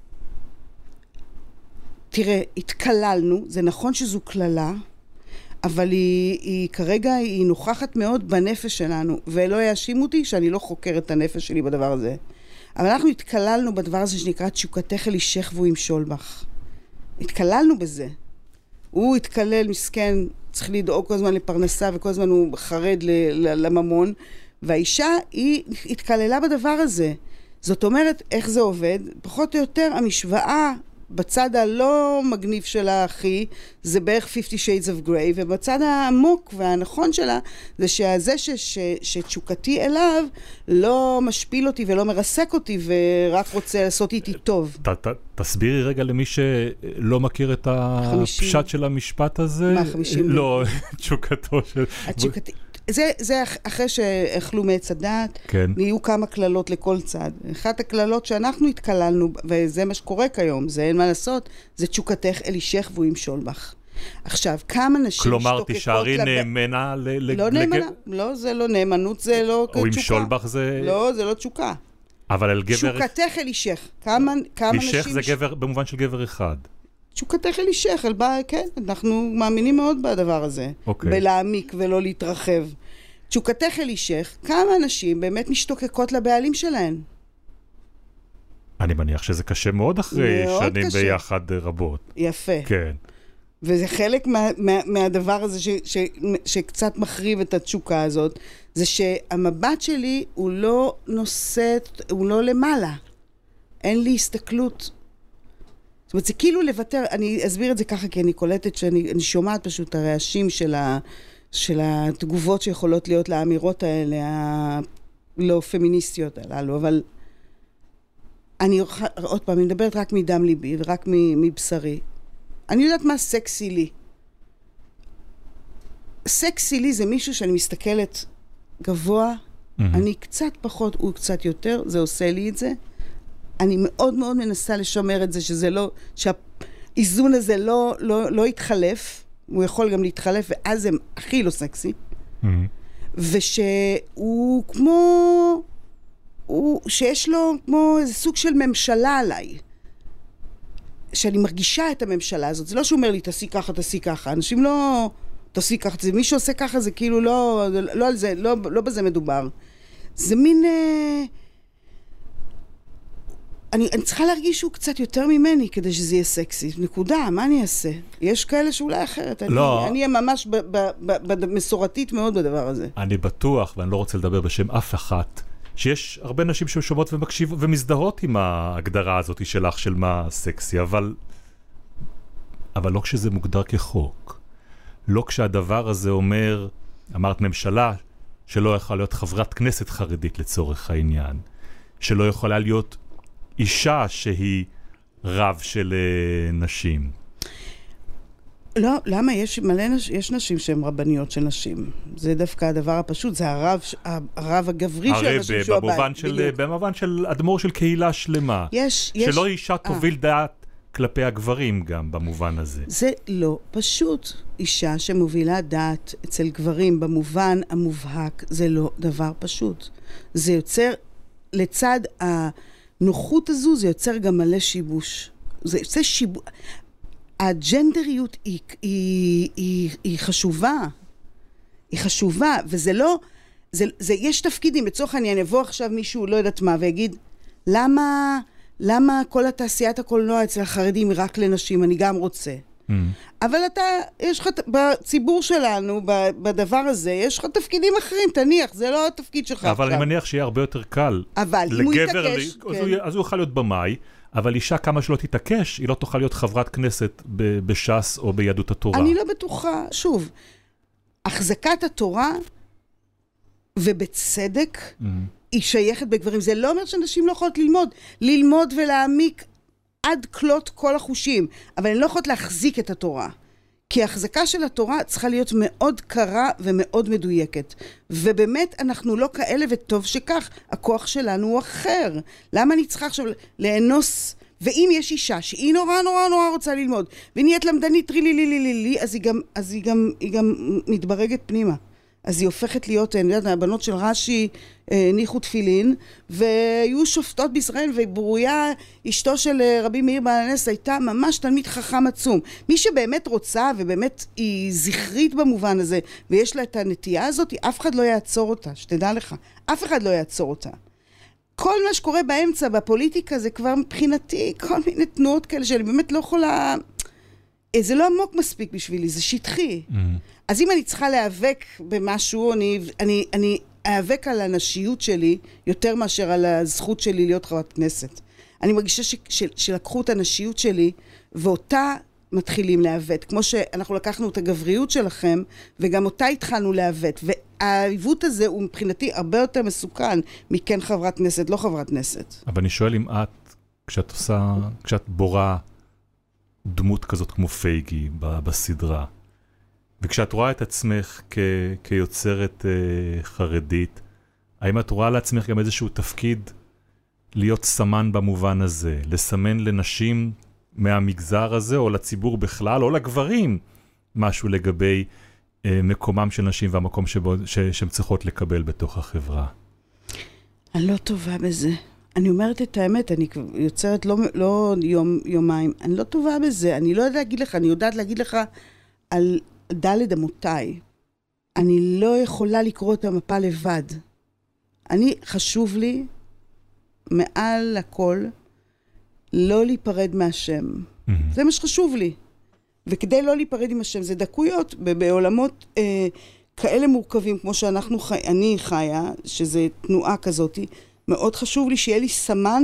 תראה, התקללנו, זה נכון שזו כללה, אבל היא, היא כרגע היא נוכחת מאוד בנפש שלנו, ולא יאשימו אותי שאני לא חוקרת את הנפש שלי בדבר הזה. אבל אנחנו התקללנו בדבר הזה שנקרא תשוקתך אל אישך והוא ימשול בך. התקללנו בזה. הוא התקלל מסכן, צריך לדאוג כל הזמן לפרנסה, וכל הזמן הוא חרד לממון, והאישה היא התקללה בדבר הזה. זאת אומרת, איך זה עובד? פחות או יותר המשוואה, בצד הלא מגניב שלה, אחי, זה בערך fifty shades of gray, ובצד העמוק והנכון שלה, זה שזה ש, ש, שתשוקתי אליו לא משפיל אותי ולא מרסק אותי, ורק רוצה לעשות איתי טוב.
ת, ת, תסבירי רגע למי שלא מכיר את הפשט של המשפט הזה.
מה, חמישים?
לא, תשוקתו של...
התשוקתי... זה, זה אחרי שאכלו מעץ הדעת,
כן.
נהיו כמה כללות לכל צד. אחת הכללות שאנחנו התקללנו, וזה מה שקורה כיום, זה אין מה לעשות, זה תשוקתך אל אישך והוא ימשול בך. עכשיו, כמה נשים
כלומר, תשארי נאמנה ל...
לא נאמנה, לא, זה לא נאמנות, זה לא תשוקה.
או ימשול בך זה...
לא, זה לא תשוקה.
אבל על גבר...
תשוקתך אל אישך. כמה נשים...
אישך זה גבר, במובן של גבר אחד.
תשוקתך אל אישך, אל בא, כן, אנחנו מאמינים מאוד בדבר הזה.
אוקיי.
בלהעמיק ולא להתרחב. תשוקתך אל אישך, כמה אנשים באמת משתוקקות לבעלים שלהן?
אני מניח שזה קשה מאוד אחרי
מאוד
שנים
קשה.
ביחד רבות.
יפה.
כן.
וזה חלק מה, מה, מהדבר הזה ש, ש, שקצת מחריב את התשוקה הזאת, זה שהמבט שלי הוא לא נושא, הוא לא למעלה. אין לי הסתכלות. זאת אומרת, זה כאילו לוותר, אני אסביר את זה ככה, כי אני קולטת שאני אני שומעת פשוט הרעשים של, ה, של התגובות שיכולות להיות לאמירות האלה, הלא פמיניסטיות הללו, אבל אני עוד פעם, אני מדברת רק מדם ליבי ורק מבשרי. אני יודעת מה סקסי לי. סקסי לי זה מישהו שאני מסתכלת גבוה, mm-hmm. אני קצת פחות, הוא קצת יותר, זה עושה לי את זה. אני מאוד מאוד מנסה לשמר את זה, שזה לא, שהאיזון הזה לא, לא, לא יתחלף, הוא יכול גם להתחלף, ואז זה הכי לא סקסי. Mm-hmm. ושהוא כמו, הוא, שיש לו כמו איזה סוג של ממשלה עליי. שאני מרגישה את הממשלה הזאת. זה לא שהוא אומר לי, תעשי ככה, תעשי ככה. אנשים לא, תעשי ככה. זה, מי שעושה ככה זה כאילו לא, לא על זה, לא, לא בזה מדובר. זה מין... אה, אני, אני צריכה להרגיש שהוא קצת יותר ממני כדי שזה יהיה סקסי. נקודה, מה אני אעשה? יש כאלה שאולי אחרת. לא. אני אהיה ממש ב, ב, ב, ב, מסורתית מאוד בדבר הזה.
אני בטוח, ואני לא רוצה לדבר בשם אף אחת, שיש הרבה נשים ששומעות ומקשיב ומזדהות עם ההגדרה הזאת שלך של מה סקסי, אבל אבל לא כשזה מוגדר כחוק. לא כשהדבר הזה אומר, אמרת ממשלה, שלא יכולה להיות חברת כנסת חרדית לצורך העניין, שלא יכולה להיות אישה שהיא רב של uh, נשים?
לא, למה? יש מלא נש... יש נשים שהן רבניות של נשים. זה דווקא הדבר הפשוט, זה הרב, הרב הגברי של הנשים שהוא הבית.
במובן של, במובן של אדמו"ר של קהילה שלמה.
יש, יש...
שלא אישה תוביל 아. דעת כלפי הגברים גם במובן הזה.
זה לא פשוט. אישה שמובילה דעת אצל גברים במובן המובהק, זה לא דבר פשוט. זה יוצר, לצד הנוחות הזו, זה יוצר גם מלא שיבוש. זה יוצר שיבוש... הג'נדריות היא, היא, היא, היא חשובה. היא חשובה, וזה לא... זה, זה, יש תפקידים, לצורך העניין, יבוא עכשיו מישהו, לא יודעת מה, ויגיד, למה, למה כל התעשיית הקולנוע אצל החרדים היא רק לנשים? אני גם רוצה. Mm. אבל אתה, יש לך, בציבור שלנו, בדבר הזה, יש לך תפקידים אחרים, תניח, זה לא התפקיד שלך.
אבל אני מניח שיהיה הרבה יותר קל.
אבל אם הוא יתעקש...
אז הוא יוכל להיות במאי, אבל אישה כמה שלא תתעקש, היא לא תוכל להיות חברת כנסת בש"ס או ביהדות התורה.
אני לא בטוחה, שוב, החזקת התורה ובצדק mm-hmm. היא שייכת בגברים. זה לא אומר שנשים לא יכולות ללמוד, ללמוד ולהעמיק עד כלות כל החושים, אבל הן לא יכולות להחזיק את התורה. כי ההחזקה של התורה צריכה להיות מאוד קרה ומאוד מדויקת. ובאמת אנחנו לא כאלה, וטוב שכך, הכוח שלנו הוא אחר. למה אני צריכה עכשיו לאנוס, ואם יש אישה שהיא נורא נורא נורא רוצה ללמוד, והיא נהיית למדנית רילי לי לי לי לי, אז היא גם, אז היא גם, היא גם מתברגת פנימה. אז היא הופכת להיות, אני יודעת, הבנות של רש"י ניחו תפילין, והיו שופטות בישראל, וברוריה, אשתו של רבי מאיר בעל הנס, הייתה ממש תלמיד חכם עצום. מי שבאמת רוצה, ובאמת היא זכרית במובן הזה, ויש לה את הנטייה הזאת, אף אחד לא יעצור אותה, שתדע לך. אף אחד לא יעצור אותה. כל מה שקורה באמצע, בפוליטיקה, זה כבר מבחינתי, כל מיני תנועות כאלה, שאני באמת לא יכולה... זה לא עמוק מספיק בשבילי, זה שטחי. Mm-hmm. אז אם אני צריכה להיאבק במשהו, אני, אני, אני אאבק על הנשיות שלי, יותר מאשר על הזכות שלי להיות חברת כנסת. אני מרגישה ש, ש, שלקחו את הנשיות שלי, ואותה מתחילים להיאבק. כמו שאנחנו לקחנו את הגבריות שלכם, וגם אותה התחלנו להיאבק. והעיוות הזה הוא מבחינתי הרבה יותר מסוכן, מכן חברת כנסת, לא חברת כנסת. אבל
אני שואל אם את, כשאת עושה, כשאת בורה, דמות כזאת כמו פייגי בסדרה, וכשאת רואה את עצמך כ- כיוצרת uh, חרדית, האם את רואה לעצמך גם איזשהו תפקיד להיות סמן במובן הזה, לסמן לנשים מהמגזר הזה, או לציבור בכלל, או לגברים, משהו לגבי uh, מקומם של נשים והמקום שבו, ש- שהן צריכות לקבל בתוך החברה?
אני לא טובה בזה. אני אומרת את האמת, אני יוצרת לא, לא יום, יומיים, אני לא טובה בזה, אני לא יודעת להגיד לך, אני יודעת להגיד לך על דלת אמותיי. אני לא יכולה לקרוא את המפה לבד. אני, חשוב לי, מעל הכל, לא להיפרד מהשם. Mm-hmm. זה מה שחשוב לי. וכדי לא להיפרד עם השם, זה דקויות בעולמות אה, כאלה מורכבים, כמו שאנחנו חי, אני חיה, שזה תנועה כזאת, מאוד חשוב לי שיהיה לי סמן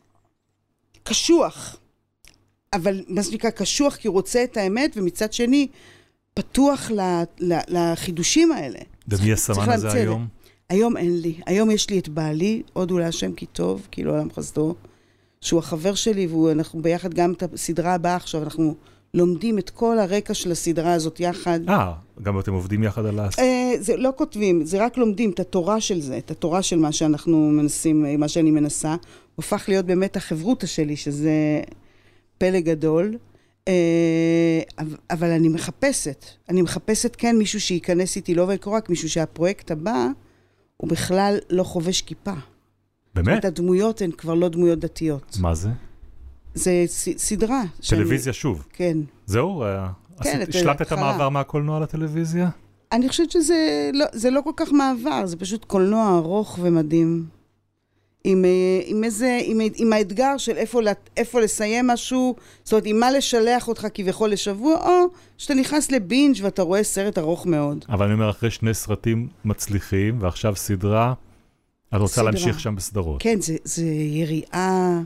קשוח. אבל מה זה נקרא קשוח? כי הוא רוצה את האמת, ומצד שני, פתוח לחידושים האלה.
ומי הסמן הזה היום?
היום אין לי. היום יש לי את בעלי, עוד אולי השם כי טוב, כאילו עולם חסדו, שהוא החבר שלי, ואנחנו ביחד גם את הסדרה הבאה עכשיו, אנחנו לומדים את כל הרקע של הסדרה הזאת יחד.
אה, גם אתם עובדים יחד על הס...
אה, זה לא כותבים, זה רק לומדים את התורה של זה, את התורה של מה שאנחנו מנסים, מה שאני מנסה, הופך להיות באמת החברותה שלי, שזה פלא גדול, אה, אבל אני מחפשת, אני מחפשת כן מישהו שייכנס איתי, לא ויקרוא, רק מישהו שהפרויקט הבא, הוא בכלל לא חובש כיפה.
באמת? זאת אומרת,
הדמויות הן כבר לא דמויות דתיות.
מה זה?
זה סדרה.
טלוויזיה שוב.
כן.
זהו?
כן,
השלמת את המעבר מהקולנוע לטלוויזיה?
אני חושבת שזה לא, זה לא כל כך מעבר, זה פשוט קולנוע ארוך ומדהים. עם, עם איזה, עם, עם האתגר של איפה, איפה לסיים משהו, זאת אומרת, עם מה לשלח אותך כביכול לשבוע, או שאתה נכנס לבינג' ואתה רואה סרט ארוך מאוד.
אבל אני אומר, אחרי שני סרטים מצליחים, ועכשיו סדרה, את רוצה סדרה. להמשיך שם בסדרות.
כן, זה, זה יריעה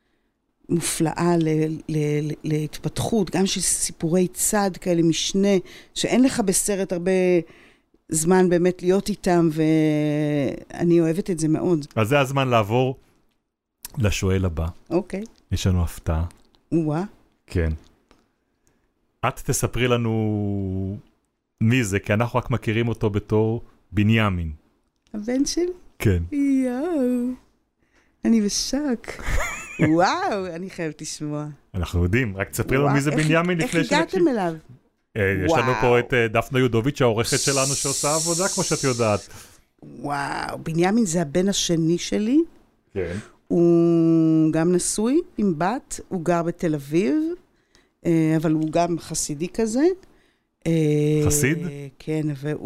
מופלאה ל, ל, ל, להתפתחות, גם של סיפורי צד כאלה משנה, שאין לך בסרט הרבה זמן באמת להיות איתם, ואני אוהבת את זה מאוד.
אז זה הזמן לעבור לשואל הבא.
אוקיי.
יש לנו הפתעה.
וואה.
כן. את תספרי לנו מי זה, כי אנחנו רק מכירים אותו בתור בנימין.
הבן שלי?
כן.
יואו. אני בשוק. וואו, אני חייבת לשמוע.
אנחנו יודעים, רק תספרי לנו מי זה בנימין לפני
שנקשיב. איך הגעתם אליו?
יש לנו פה את דפנה יודוביץ', העורכת שלנו שעושה עבודה, כמו שאת יודעת.
וואו, בנימין זה הבן השני שלי.
כן.
הוא גם נשוי עם בת, הוא גר בתל אביב, אבל הוא גם חסידי כזה.
חסיד?
כן,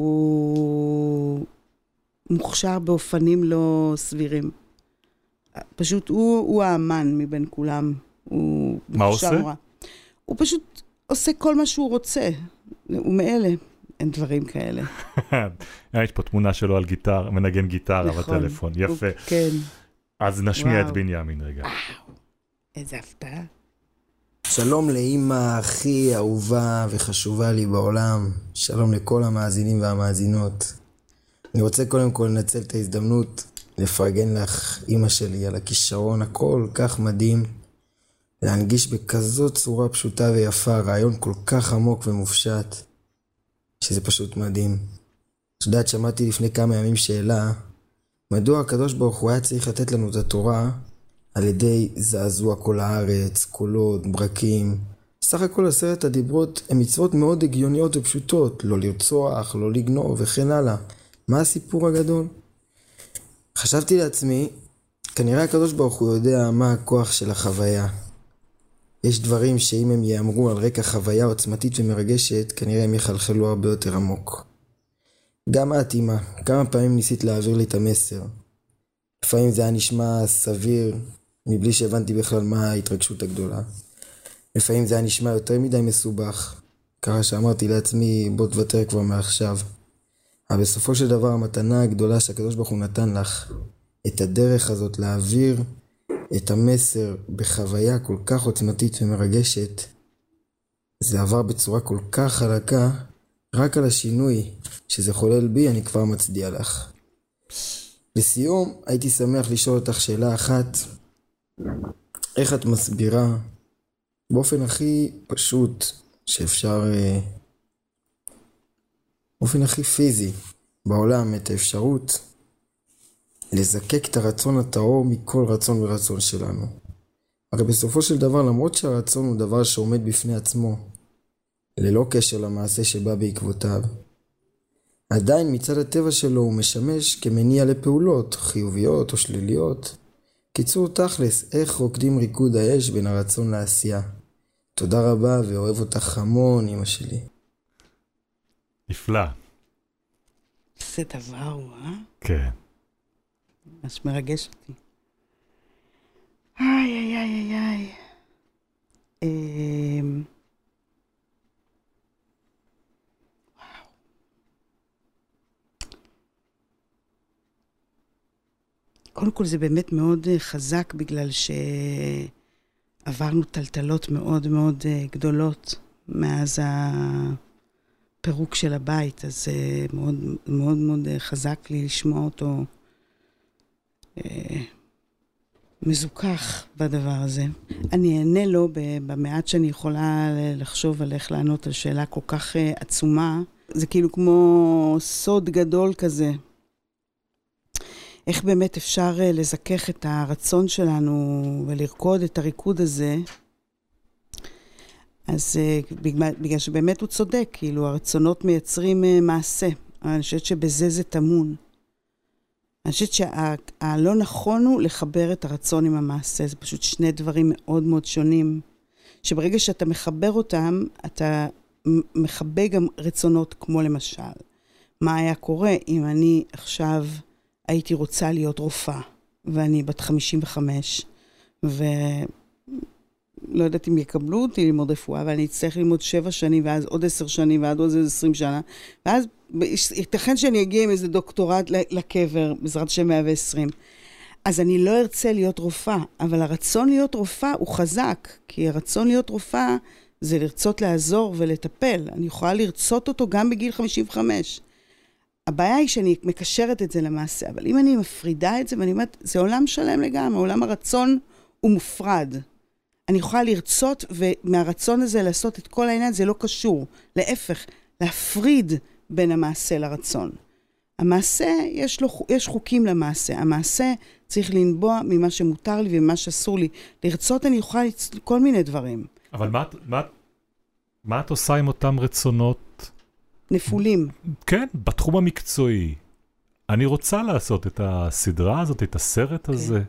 והוא מוכשר באופנים לא סבירים. פשוט הוא, הוא האמן מבין כולם. הוא
מה עושה?
מורה. הוא פשוט עושה כל מה שהוא רוצה. הוא מאלה. אין דברים כאלה.
יש פה תמונה שלו על גיטר, מנגן גיטרה בטלפון. יפה.
כן.
אז נשמיע את בנימין רגע.
איזה הפתעה.
שלום לאמא הכי אהובה וחשובה לי בעולם. שלום לכל המאזינים והמאזינות. אני רוצה קודם כל לנצל את ההזדמנות לפרגן לך, אמא שלי, על הכישרון הכל כך מדהים, להנגיש בכזאת צורה פשוטה ויפה, רעיון כל כך עמוק ומופשט, שזה פשוט מדהים. את יודעת, שמעתי לפני כמה ימים שאלה, מדוע הקדוש ברוך הוא היה צריך לתת לנו את התורה על ידי זעזוע כל הארץ, קולות, ברקים. סך הכל עשרת הדיברות הן מצוות מאוד הגיוניות ופשוטות, לא לרצוח, לא לגנוב וכן הלאה. מה הסיפור הגדול? חשבתי לעצמי, כנראה הקדוש ברוך הוא יודע מה הכוח של החוויה. יש דברים שאם הם יאמרו על רקע חוויה עוצמתית ומרגשת, כנראה הם יחלחלו הרבה יותר עמוק. גם את, אמא, כמה פעמים ניסית להעביר לי את המסר. לפעמים זה היה נשמע סביר, מבלי שהבנתי בכלל מה ההתרגשות הגדולה. לפעמים זה היה נשמע יותר מדי מסובך, ככה שאמרתי לעצמי, בוא תוותר כבר מעכשיו. אבל בסופו של דבר המתנה הגדולה שהקדוש ברוך הוא נתן לך, את הדרך הזאת להעביר את המסר בחוויה כל כך עוצמתית ומרגשת, זה עבר בצורה כל כך חלקה, רק על השינוי שזה חולל בי אני כבר מצדיע לך. לסיום, הייתי שמח לשאול אותך שאלה אחת, איך את מסבירה באופן הכי פשוט שאפשר, באופן הכי פיזי בעולם, את האפשרות לזקק את הרצון הטהור מכל רצון ורצון שלנו. הרי בסופו של דבר, למרות שהרצון הוא דבר שעומד בפני עצמו, ללא קשר למעשה שבא בעקבותיו, עדיין מצד הטבע שלו הוא משמש כמניע לפעולות, חיוביות או שליליות. קיצור תכלס, איך רוקדים ריקוד האש בין הרצון לעשייה. תודה רבה ואוהב אותך המון, אמא שלי.
נפלא.
זה דבר הוא, אה?
כן.
ממש מרגש אותי. איי, איי, איי, איי. אמ... וואו. קודם כל זה באמת מאוד חזק, בגלל שעברנו טלטלות מאוד מאוד גדולות מאז הפירוק של הבית, אז מאוד מאוד מאוד חזק לי לשמוע אותו מזוכח בדבר הזה. אני אענה לו במעט שאני יכולה לחשוב על איך לענות על שאלה כל כך עצומה. זה כאילו כמו סוד גדול כזה. איך באמת אפשר לזכך את הרצון שלנו ולרקוד את הריקוד הזה. אז בגלל, בגלל שבאמת הוא צודק, כאילו הרצונות מייצרים מעשה. אני חושבת שבזה זה תמון. אני חושבת שהלא נכון הוא לחבר את הרצון עם המעשה. זה פשוט שני דברים מאוד מאוד שונים. שברגע שאתה מחבר אותם, אתה מחבא גם רצונות, כמו למשל. מה היה קורה אם אני עכשיו הייתי רוצה להיות רופאה, ואני בת חמישים וחמש, ולא יודעת אם יקבלו אותי ללמוד רפואה, אבל אני אצטרך ללמוד שבע שנים, ואז עוד עשר שנים, ועד עוד עשרים שנה, ואז ייתכן שאני אגיע עם איזה דוקטורט לקבר, בעזרת השם מאה ועשרים. אז אני לא ארצה להיות רופאה, אבל הרצון להיות רופאה הוא חזק, כי הרצון להיות רופאה זה לרצות לעזור ולטפל. אני יכולה לרצות אותו גם בגיל חמישים וחמש. הבעיה היא שאני מקשרת את זה למעשה, אבל אם אני מפרידה את זה, ואני אומרת, זה עולם שלם לגמרי, עולם הרצון הוא מופרד. אני יכולה לרצות, ומהרצון הזה לעשות את כל העניין, זה לא קשור. להפך, להפריד בין המעשה לרצון. המעשה, יש, לו, יש חוקים למעשה. המעשה צריך לנבוע ממה שמותר לי וממה שאסור לי. לרצות אני יכולה כל מיני דברים.
אבל מה, מה, מה את עושה עם אותם רצונות?
נפולים.
כן, בתחום המקצועי. אני רוצה לעשות את הסדרה הזאת, את הסרט כן. הזה.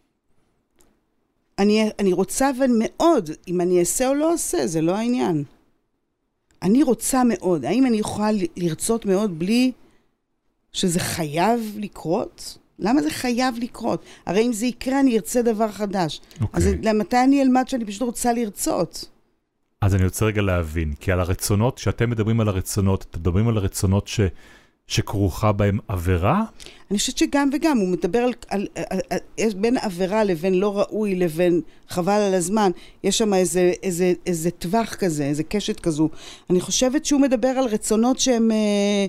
אני, אני רוצה מאוד, אם אני אעשה או לא אעשה, זה לא העניין. אני רוצה מאוד. האם אני יכולה לרצות מאוד בלי שזה חייב לקרות? למה זה חייב לקרות? הרי אם זה יקרה, אני ארצה דבר חדש. Okay. אז למתי אני אלמד שאני פשוט רוצה לרצות?
אז אני רוצה רגע להבין, כי על הרצונות, שאתם מדברים על הרצונות, אתם מדברים על הרצונות ש... שכרוכה בהם עבירה?
אני חושבת שגם וגם, הוא מדבר על, על, על, על, יש בין עבירה לבין לא ראוי, לבין חבל על הזמן, יש שם איזה, איזה, איזה טווח כזה, איזה קשת כזו. אני חושבת שהוא מדבר על רצונות שהם, אה,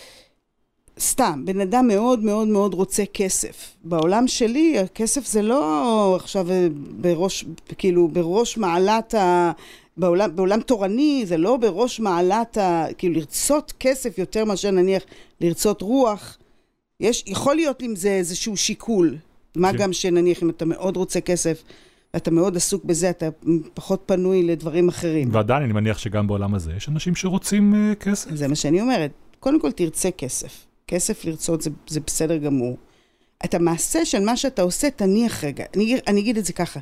סתם, בן אדם מאוד מאוד מאוד רוצה כסף. בעולם שלי, הכסף זה לא עכשיו בראש, כאילו בראש מעלת ה... בעולם, בעולם תורני, זה לא בראש מעלת ה... כאילו לרצות כסף יותר מאשר נניח לרצות רוח. יש, יכול להיות אם זה איזשהו שיקול. מה גם שנניח אם אתה מאוד רוצה כסף, ואתה מאוד עסוק בזה, אתה פחות פנוי לדברים אחרים.
ועדיין אני מניח שגם בעולם הזה יש אנשים שרוצים uh, כסף.
זה מה שאני אומרת. קודם כל תרצה כסף. כסף לרצות זה, זה בסדר גמור. את המעשה של מה שאתה עושה, תניח רגע. אני, אני אגיד את זה ככה.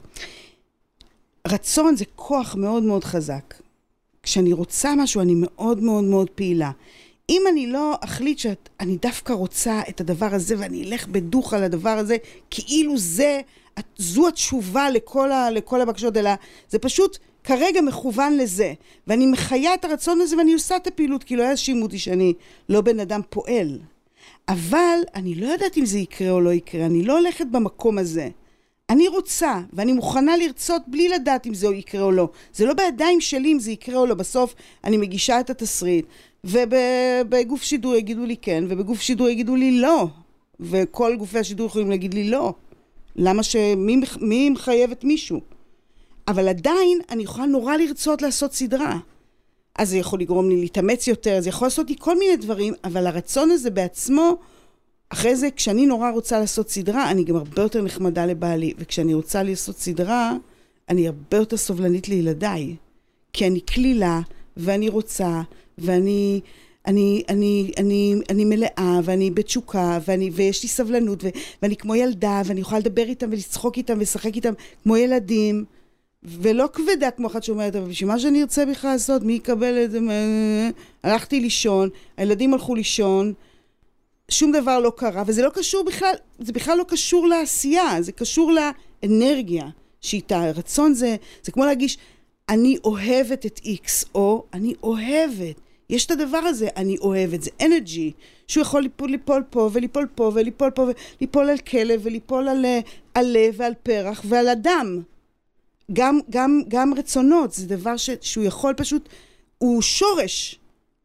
רצון זה כוח מאוד מאוד חזק. כשאני רוצה משהו, אני מאוד מאוד מאוד פעילה. אם אני לא אחליט שאני דווקא רוצה את הדבר הזה, ואני אלך בדוך על הדבר הזה, כאילו זה, זו התשובה לכל, ה, לכל הבקשות, אלא זה פשוט כרגע מכוון לזה. ואני מחיה את הרצון הזה, ואני עושה את הפעילות, כי לא יאשימו אותי שאני לא בן אדם פועל. אבל אני לא יודעת אם זה יקרה או לא יקרה, אני לא הולכת במקום הזה. אני רוצה, ואני מוכנה לרצות בלי לדעת אם זה יקרה או לא. זה לא בידיים שלי אם זה יקרה או לא. בסוף אני מגישה את התסריט, ובגוף שידור יגידו לי כן, ובגוף שידור יגידו לי לא. וכל גופי השידור יכולים להגיד לי לא. למה ש... מי, מי מחייב את מישהו? אבל עדיין אני יכולה נורא לרצות לעשות סדרה. אז זה יכול לגרום לי להתאמץ יותר, זה יכול לעשות לי כל מיני דברים, אבל הרצון הזה בעצמו... אחרי זה, כשאני נורא רוצה לעשות סדרה, אני גם הרבה יותר נחמדה לבעלי. וכשאני רוצה לעשות סדרה, אני הרבה יותר סובלנית לילדיי. כי אני כלילה, ואני רוצה, ואני אני, אני, אני, אני מלאה, ואני בתשוקה, ואני, ויש לי סבלנות, ו, ואני כמו ילדה, ואני יכולה לדבר איתם, ולשחוק איתם, ולשחק איתם כמו ילדים. ולא כבדה כמו אחת שאומרת, אבל בשביל מה שאני ארצה בכלל לעשות, מי יקבל את זה? הלכתי לישון, הילדים הלכו לישון, שום דבר לא קרה, וזה לא קשור בכלל, זה בכלל לא קשור לעשייה, זה קשור לאנרגיה שאיתה. הרצון זה, זה כמו להגיש, אני אוהבת את X, או אני אוהבת. יש את הדבר הזה, אני אוהבת, זה אנרגי, שהוא יכול ליפול, ליפול פה, וליפול פה, וליפול פה, וליפול על כלב, וליפול על, על לב, ועל פרח, ועל אדם. גם, גם, גם רצונות, זה דבר ש, שהוא יכול פשוט, הוא שורש.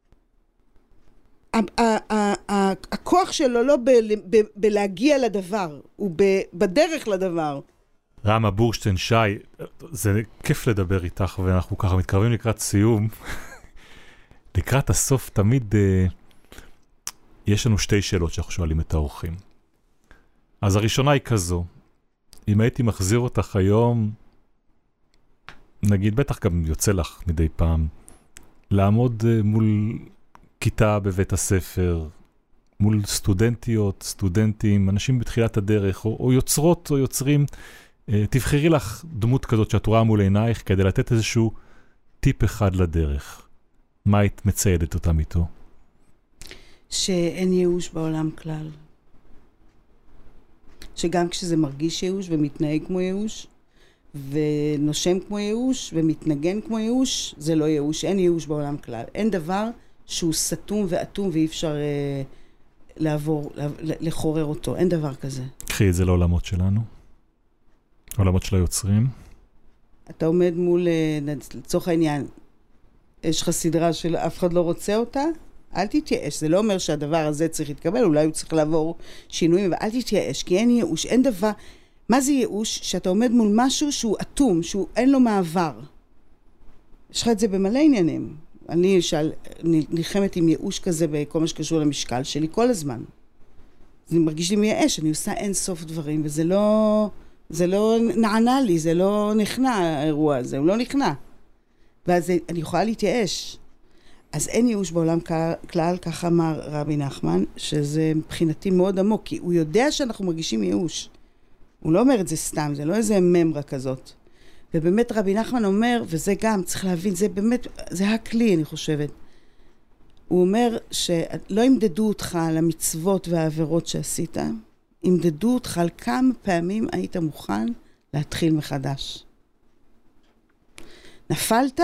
הכוח שלו לא בלהגיע לדבר, הוא בדרך לדבר.
רמה בורשטיין, שי, זה כיף לדבר איתך, ואנחנו ככה מתקרבים לקראת סיום. לקראת הסוף תמיד יש לנו שתי שאלות שאנחנו שואלים את האורחים. אז הראשונה היא כזו, אם הייתי מחזיר אותך היום, נגיד, בטח גם יוצא לך מדי פעם, לעמוד מול כיתה בבית הספר, מול סטודנטיות, סטודנטים, אנשים בתחילת הדרך, או, או יוצרות או יוצרים, תבחרי לך דמות כזאת שאת רואה מול עינייך, כדי לתת איזשהו טיפ אחד לדרך. מה היית מציידת אותם איתו?
שאין ייאוש בעולם כלל. שגם כשזה מרגיש ייאוש ומתנהג כמו ייאוש, ונושם כמו ייאוש ומתנגן כמו ייאוש, זה לא ייאוש, אין ייאוש בעולם כלל. אין דבר שהוא סתום ואטום ואי אפשר אה, לעבור, לחורר אותו. אין דבר כזה. קחי
את זה לעולמות שלנו. עולמות של היוצרים.
אתה עומד מול, לצורך העניין, יש לך סדרה של אף אחד לא רוצה אותה, אל תתייאש, זה לא אומר שהדבר הזה צריך להתקבל, אולי הוא צריך לעבור שינויים, אבל אל תתייאש, כי אין ייאוש, אין דבר, מה זה ייאוש? שאתה עומד מול משהו שהוא אטום, שהוא אין לו מעבר. יש לך את זה במלא עניינים. אני שאל, נלחמת עם ייאוש כזה בכל מה שקשור למשקל שלי כל הזמן. זה מרגיש לי מייאש, אני עושה אין סוף דברים, וזה לא, זה לא נענה לי, זה לא נכנע האירוע הזה, הוא לא נכנע. ואז אני יכולה להתייאש. אז אין ייאוש בעולם כלל, כך אמר רבי נחמן, שזה מבחינתי מאוד עמוק, כי הוא יודע שאנחנו מרגישים ייאוש. הוא לא אומר את זה סתם, זה לא איזה ממרה כזאת. ובאמת רבי נחמן אומר, וזה גם, צריך להבין, זה באמת, זה הכלי, אני חושבת. הוא אומר שלא ימדדו אותך על המצוות והעבירות שעשית, ימדדו אותך על כמה פעמים היית מוכן להתחיל מחדש. נפלת,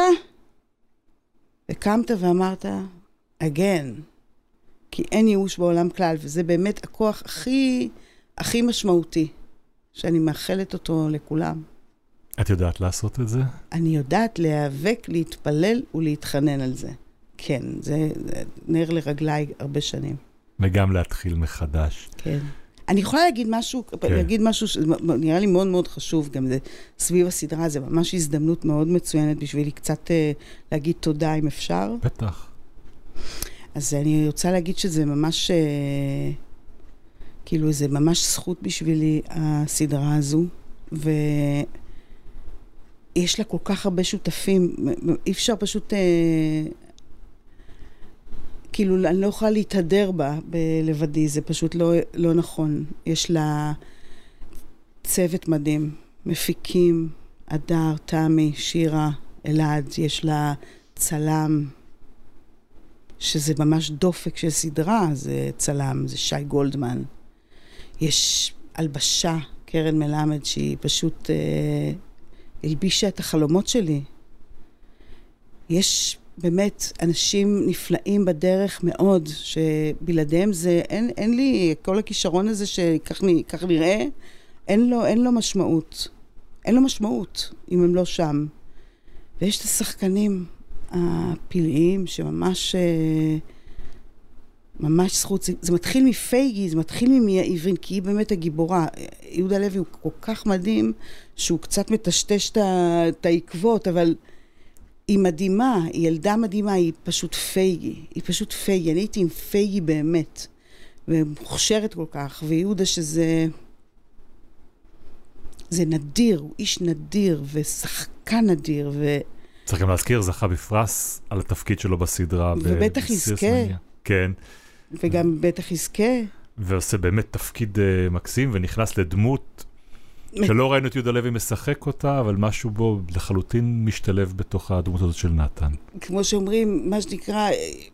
וקמת ואמרת, again, כי אין ייאוש בעולם כלל, וזה באמת הכוח הכי, הכי משמעותי, שאני מאחלת אותו לכולם.
את יודעת לעשות את זה?
אני יודעת להיאבק, להתפלל ולהתחנן על זה. כן, זה, זה נר לרגליי הרבה שנים.
וגם להתחיל מחדש.
כן. אני יכולה להגיד משהו, כן. להגיד משהו שנראה לי מאוד מאוד חשוב, גם זה סביב הסדרה, זה ממש הזדמנות מאוד מצוינת בשבילי קצת uh, להגיד תודה אם אפשר.
בטח.
אז אני רוצה להגיד שזה ממש, uh, כאילו זה ממש זכות בשבילי הסדרה הזו, ו... יש לה כל כך הרבה שותפים, אי אפשר פשוט, אה, כאילו, אני לא יכולה להתהדר בה בלבדי, זה פשוט לא, לא נכון. יש לה צוות מדהים, מפיקים, אדר, תמי, שירה, אלעד, יש לה צלם, שזה ממש דופק של סדרה, זה צלם, זה שי גולדמן. יש אלבשה, קרן מלמד, שהיא פשוט... אה, הלבישה את החלומות שלי. יש באמת אנשים נפלאים בדרך מאוד, שבלעדיהם זה, אין, אין לי כל הכישרון הזה שכך נראה, אין לו, אין לו משמעות. אין לו משמעות אם הם לא שם. ויש את השחקנים הפלאיים שממש, ממש זכות. זה, זה מתחיל מפייגי, זה מתחיל ממיה עברין, כי היא באמת הגיבורה. יהודה לוי הוא כל כך מדהים, שהוא קצת מטשטש את העקבות, אבל היא מדהימה, היא ילדה מדהימה, היא פשוט פייגי. היא פשוט פייגי. אני הייתי עם פייגי באמת, ומוכשרת כל כך, ויהודה שזה... זה נדיר, הוא איש נדיר, ושחקן נדיר, ו...
צריך גם להזכיר, זכה בפרס על התפקיד שלו בסדרה.
ובטח יזכה.
כן.
וגם בטח יזכה.
ועושה באמת תפקיד uh, מקסים, ונכנס לדמות שלא ראינו את יהודה לוי משחק אותה, אבל משהו בו לחלוטין משתלב בתוך הדמות הזאת של נתן.
כמו שאומרים, מה שנקרא,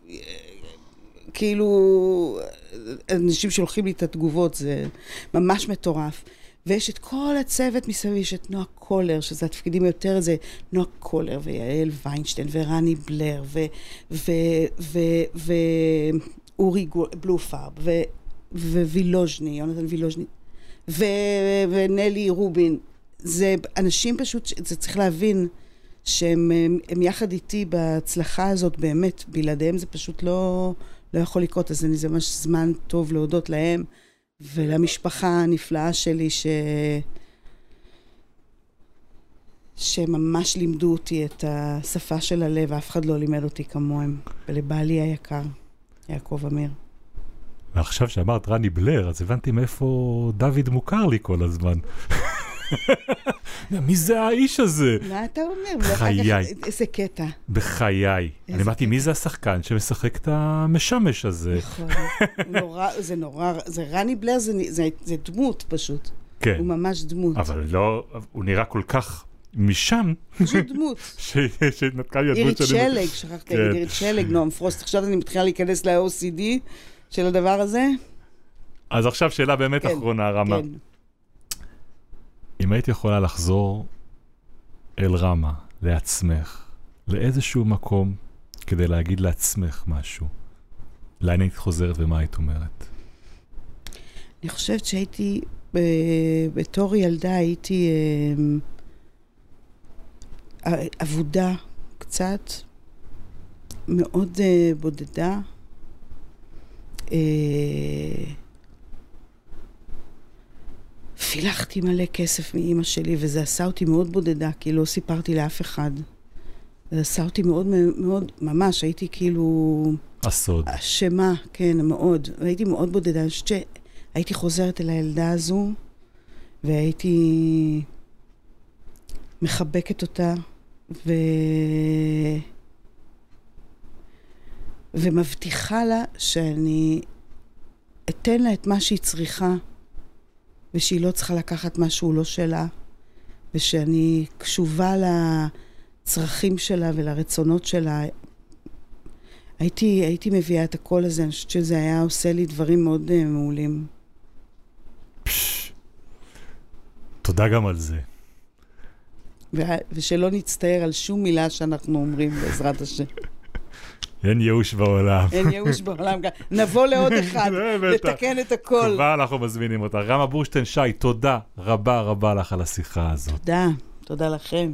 כאילו, אנשים שולחים לי את התגובות, זה ממש מטורף. ויש את כל הצוות מסביב, יש את נועה קולר, שזה התפקידים יותר, זה נועה קולר, ויעל ויינשטיין, ורני בלר, ואורי בלופרב, ווילוז'ני, יונתן וילוז'ני, ונלי רובין. זה אנשים פשוט, זה צריך להבין, שהם יחד איתי בהצלחה הזאת, באמת, בלעדיהם זה פשוט לא, לא יכול לקרות, אז זה ממש זמן טוב להודות להם, ולמשפחה הנפלאה שלי ש... שממש לימדו אותי את השפה של הלב, אף אחד לא לימד אותי כמוהם. ולבעלי היקר, יעקב אמיר.
ועכשיו שאמרת רני בלר, אז הבנתי מאיפה דוד מוכר לי כל הזמן. מי זה האיש הזה?
מה אתה אומר?
בחיי.
איזה קטע.
בחיי. אני אמרתי, מי זה השחקן שמשחק את המשמש הזה?
נכון. זה נורא, זה רני בלר, זה דמות פשוט.
כן.
הוא ממש דמות.
אבל לא, הוא נראה כל כך משם.
פשוט דמות.
שנתקע לי הדמות
אירית שלג, שכחתי להגיד אירית שלג, נועם פרוסט. עכשיו אני מתחילה להיכנס ל-או סי די של הדבר הזה.
אז עכשיו שאלה באמת אחרונה, רמה. כן. אם היית יכולה לחזור אל רמה, לעצמך, לאיזשהו מקום, כדי להגיד לעצמך משהו, לאן היית חוזרת ומה היית אומרת?
אני חושבת שהייתי, בתור ילדה הייתי עבודה קצת, מאוד בודדה, פילחתי מלא כסף מאמא שלי, וזה עשה אותי מאוד בודדה, כי לא סיפרתי לאף אחד. זה עשה אותי מאוד, מאוד, ממש, הייתי כאילו...
הסוד.
אשמה, כן, מאוד. הייתי מאוד בודדה. אני חושבת שהייתי חוזרת אל הילדה הזו, והייתי מחבקת אותה, ו... ומבטיחה לה שאני אתן לה את מה שהיא צריכה, ושהיא לא צריכה לקחת משהו לא שלה, ושאני קשובה לצרכים שלה ולרצונות שלה. הייתי, הייתי מביאה את הכל הזה, אני חושבת שזה היה עושה לי דברים מאוד uh, מעולים.
פש, תודה גם על זה.
ו- ושלא נצטער על שום מילה שאנחנו אומרים בעזרת השם.
אין ייאוש בעולם.
אין ייאוש בעולם. נבוא לעוד אחד, לתקן את הכל.
כבר אנחנו מזמינים אותה. רמה בורשטיין שי, תודה רבה רבה לך על השיחה הזאת.
תודה, תודה לכם.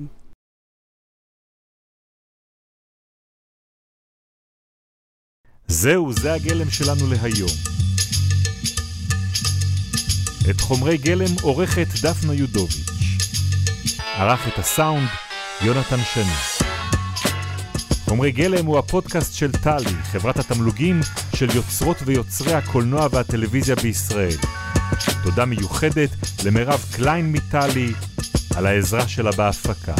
זהו, זה הגלם שלנו להיום. את חומרי גלם עורכת דפנה יודוביץ'. ערך את הסאונד יונתן שני. חומרי גלם הוא הפודקאסט של טלי, חברת התמלוגים של יוצרות ויוצרי הקולנוע והטלוויזיה בישראל. תודה מיוחדת למירב קליין מטלי על העזרה שלה בהפקה.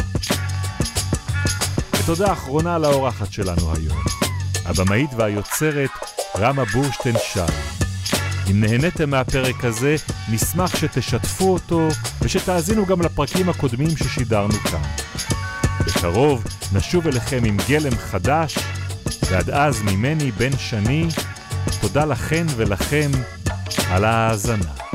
ותודה אחרונה לאורחת שלנו היום, הבמאית והיוצרת רמה בורשטיין שי. אם נהניתם מהפרק הזה, נשמח שתשתפו אותו ושתאזינו גם לפרקים הקודמים ששידרנו כאן. בקרוב נשוב אליכם עם גלם חדש, ועד אז ממני בן שני, תודה לכן ולכם על ההאזנה.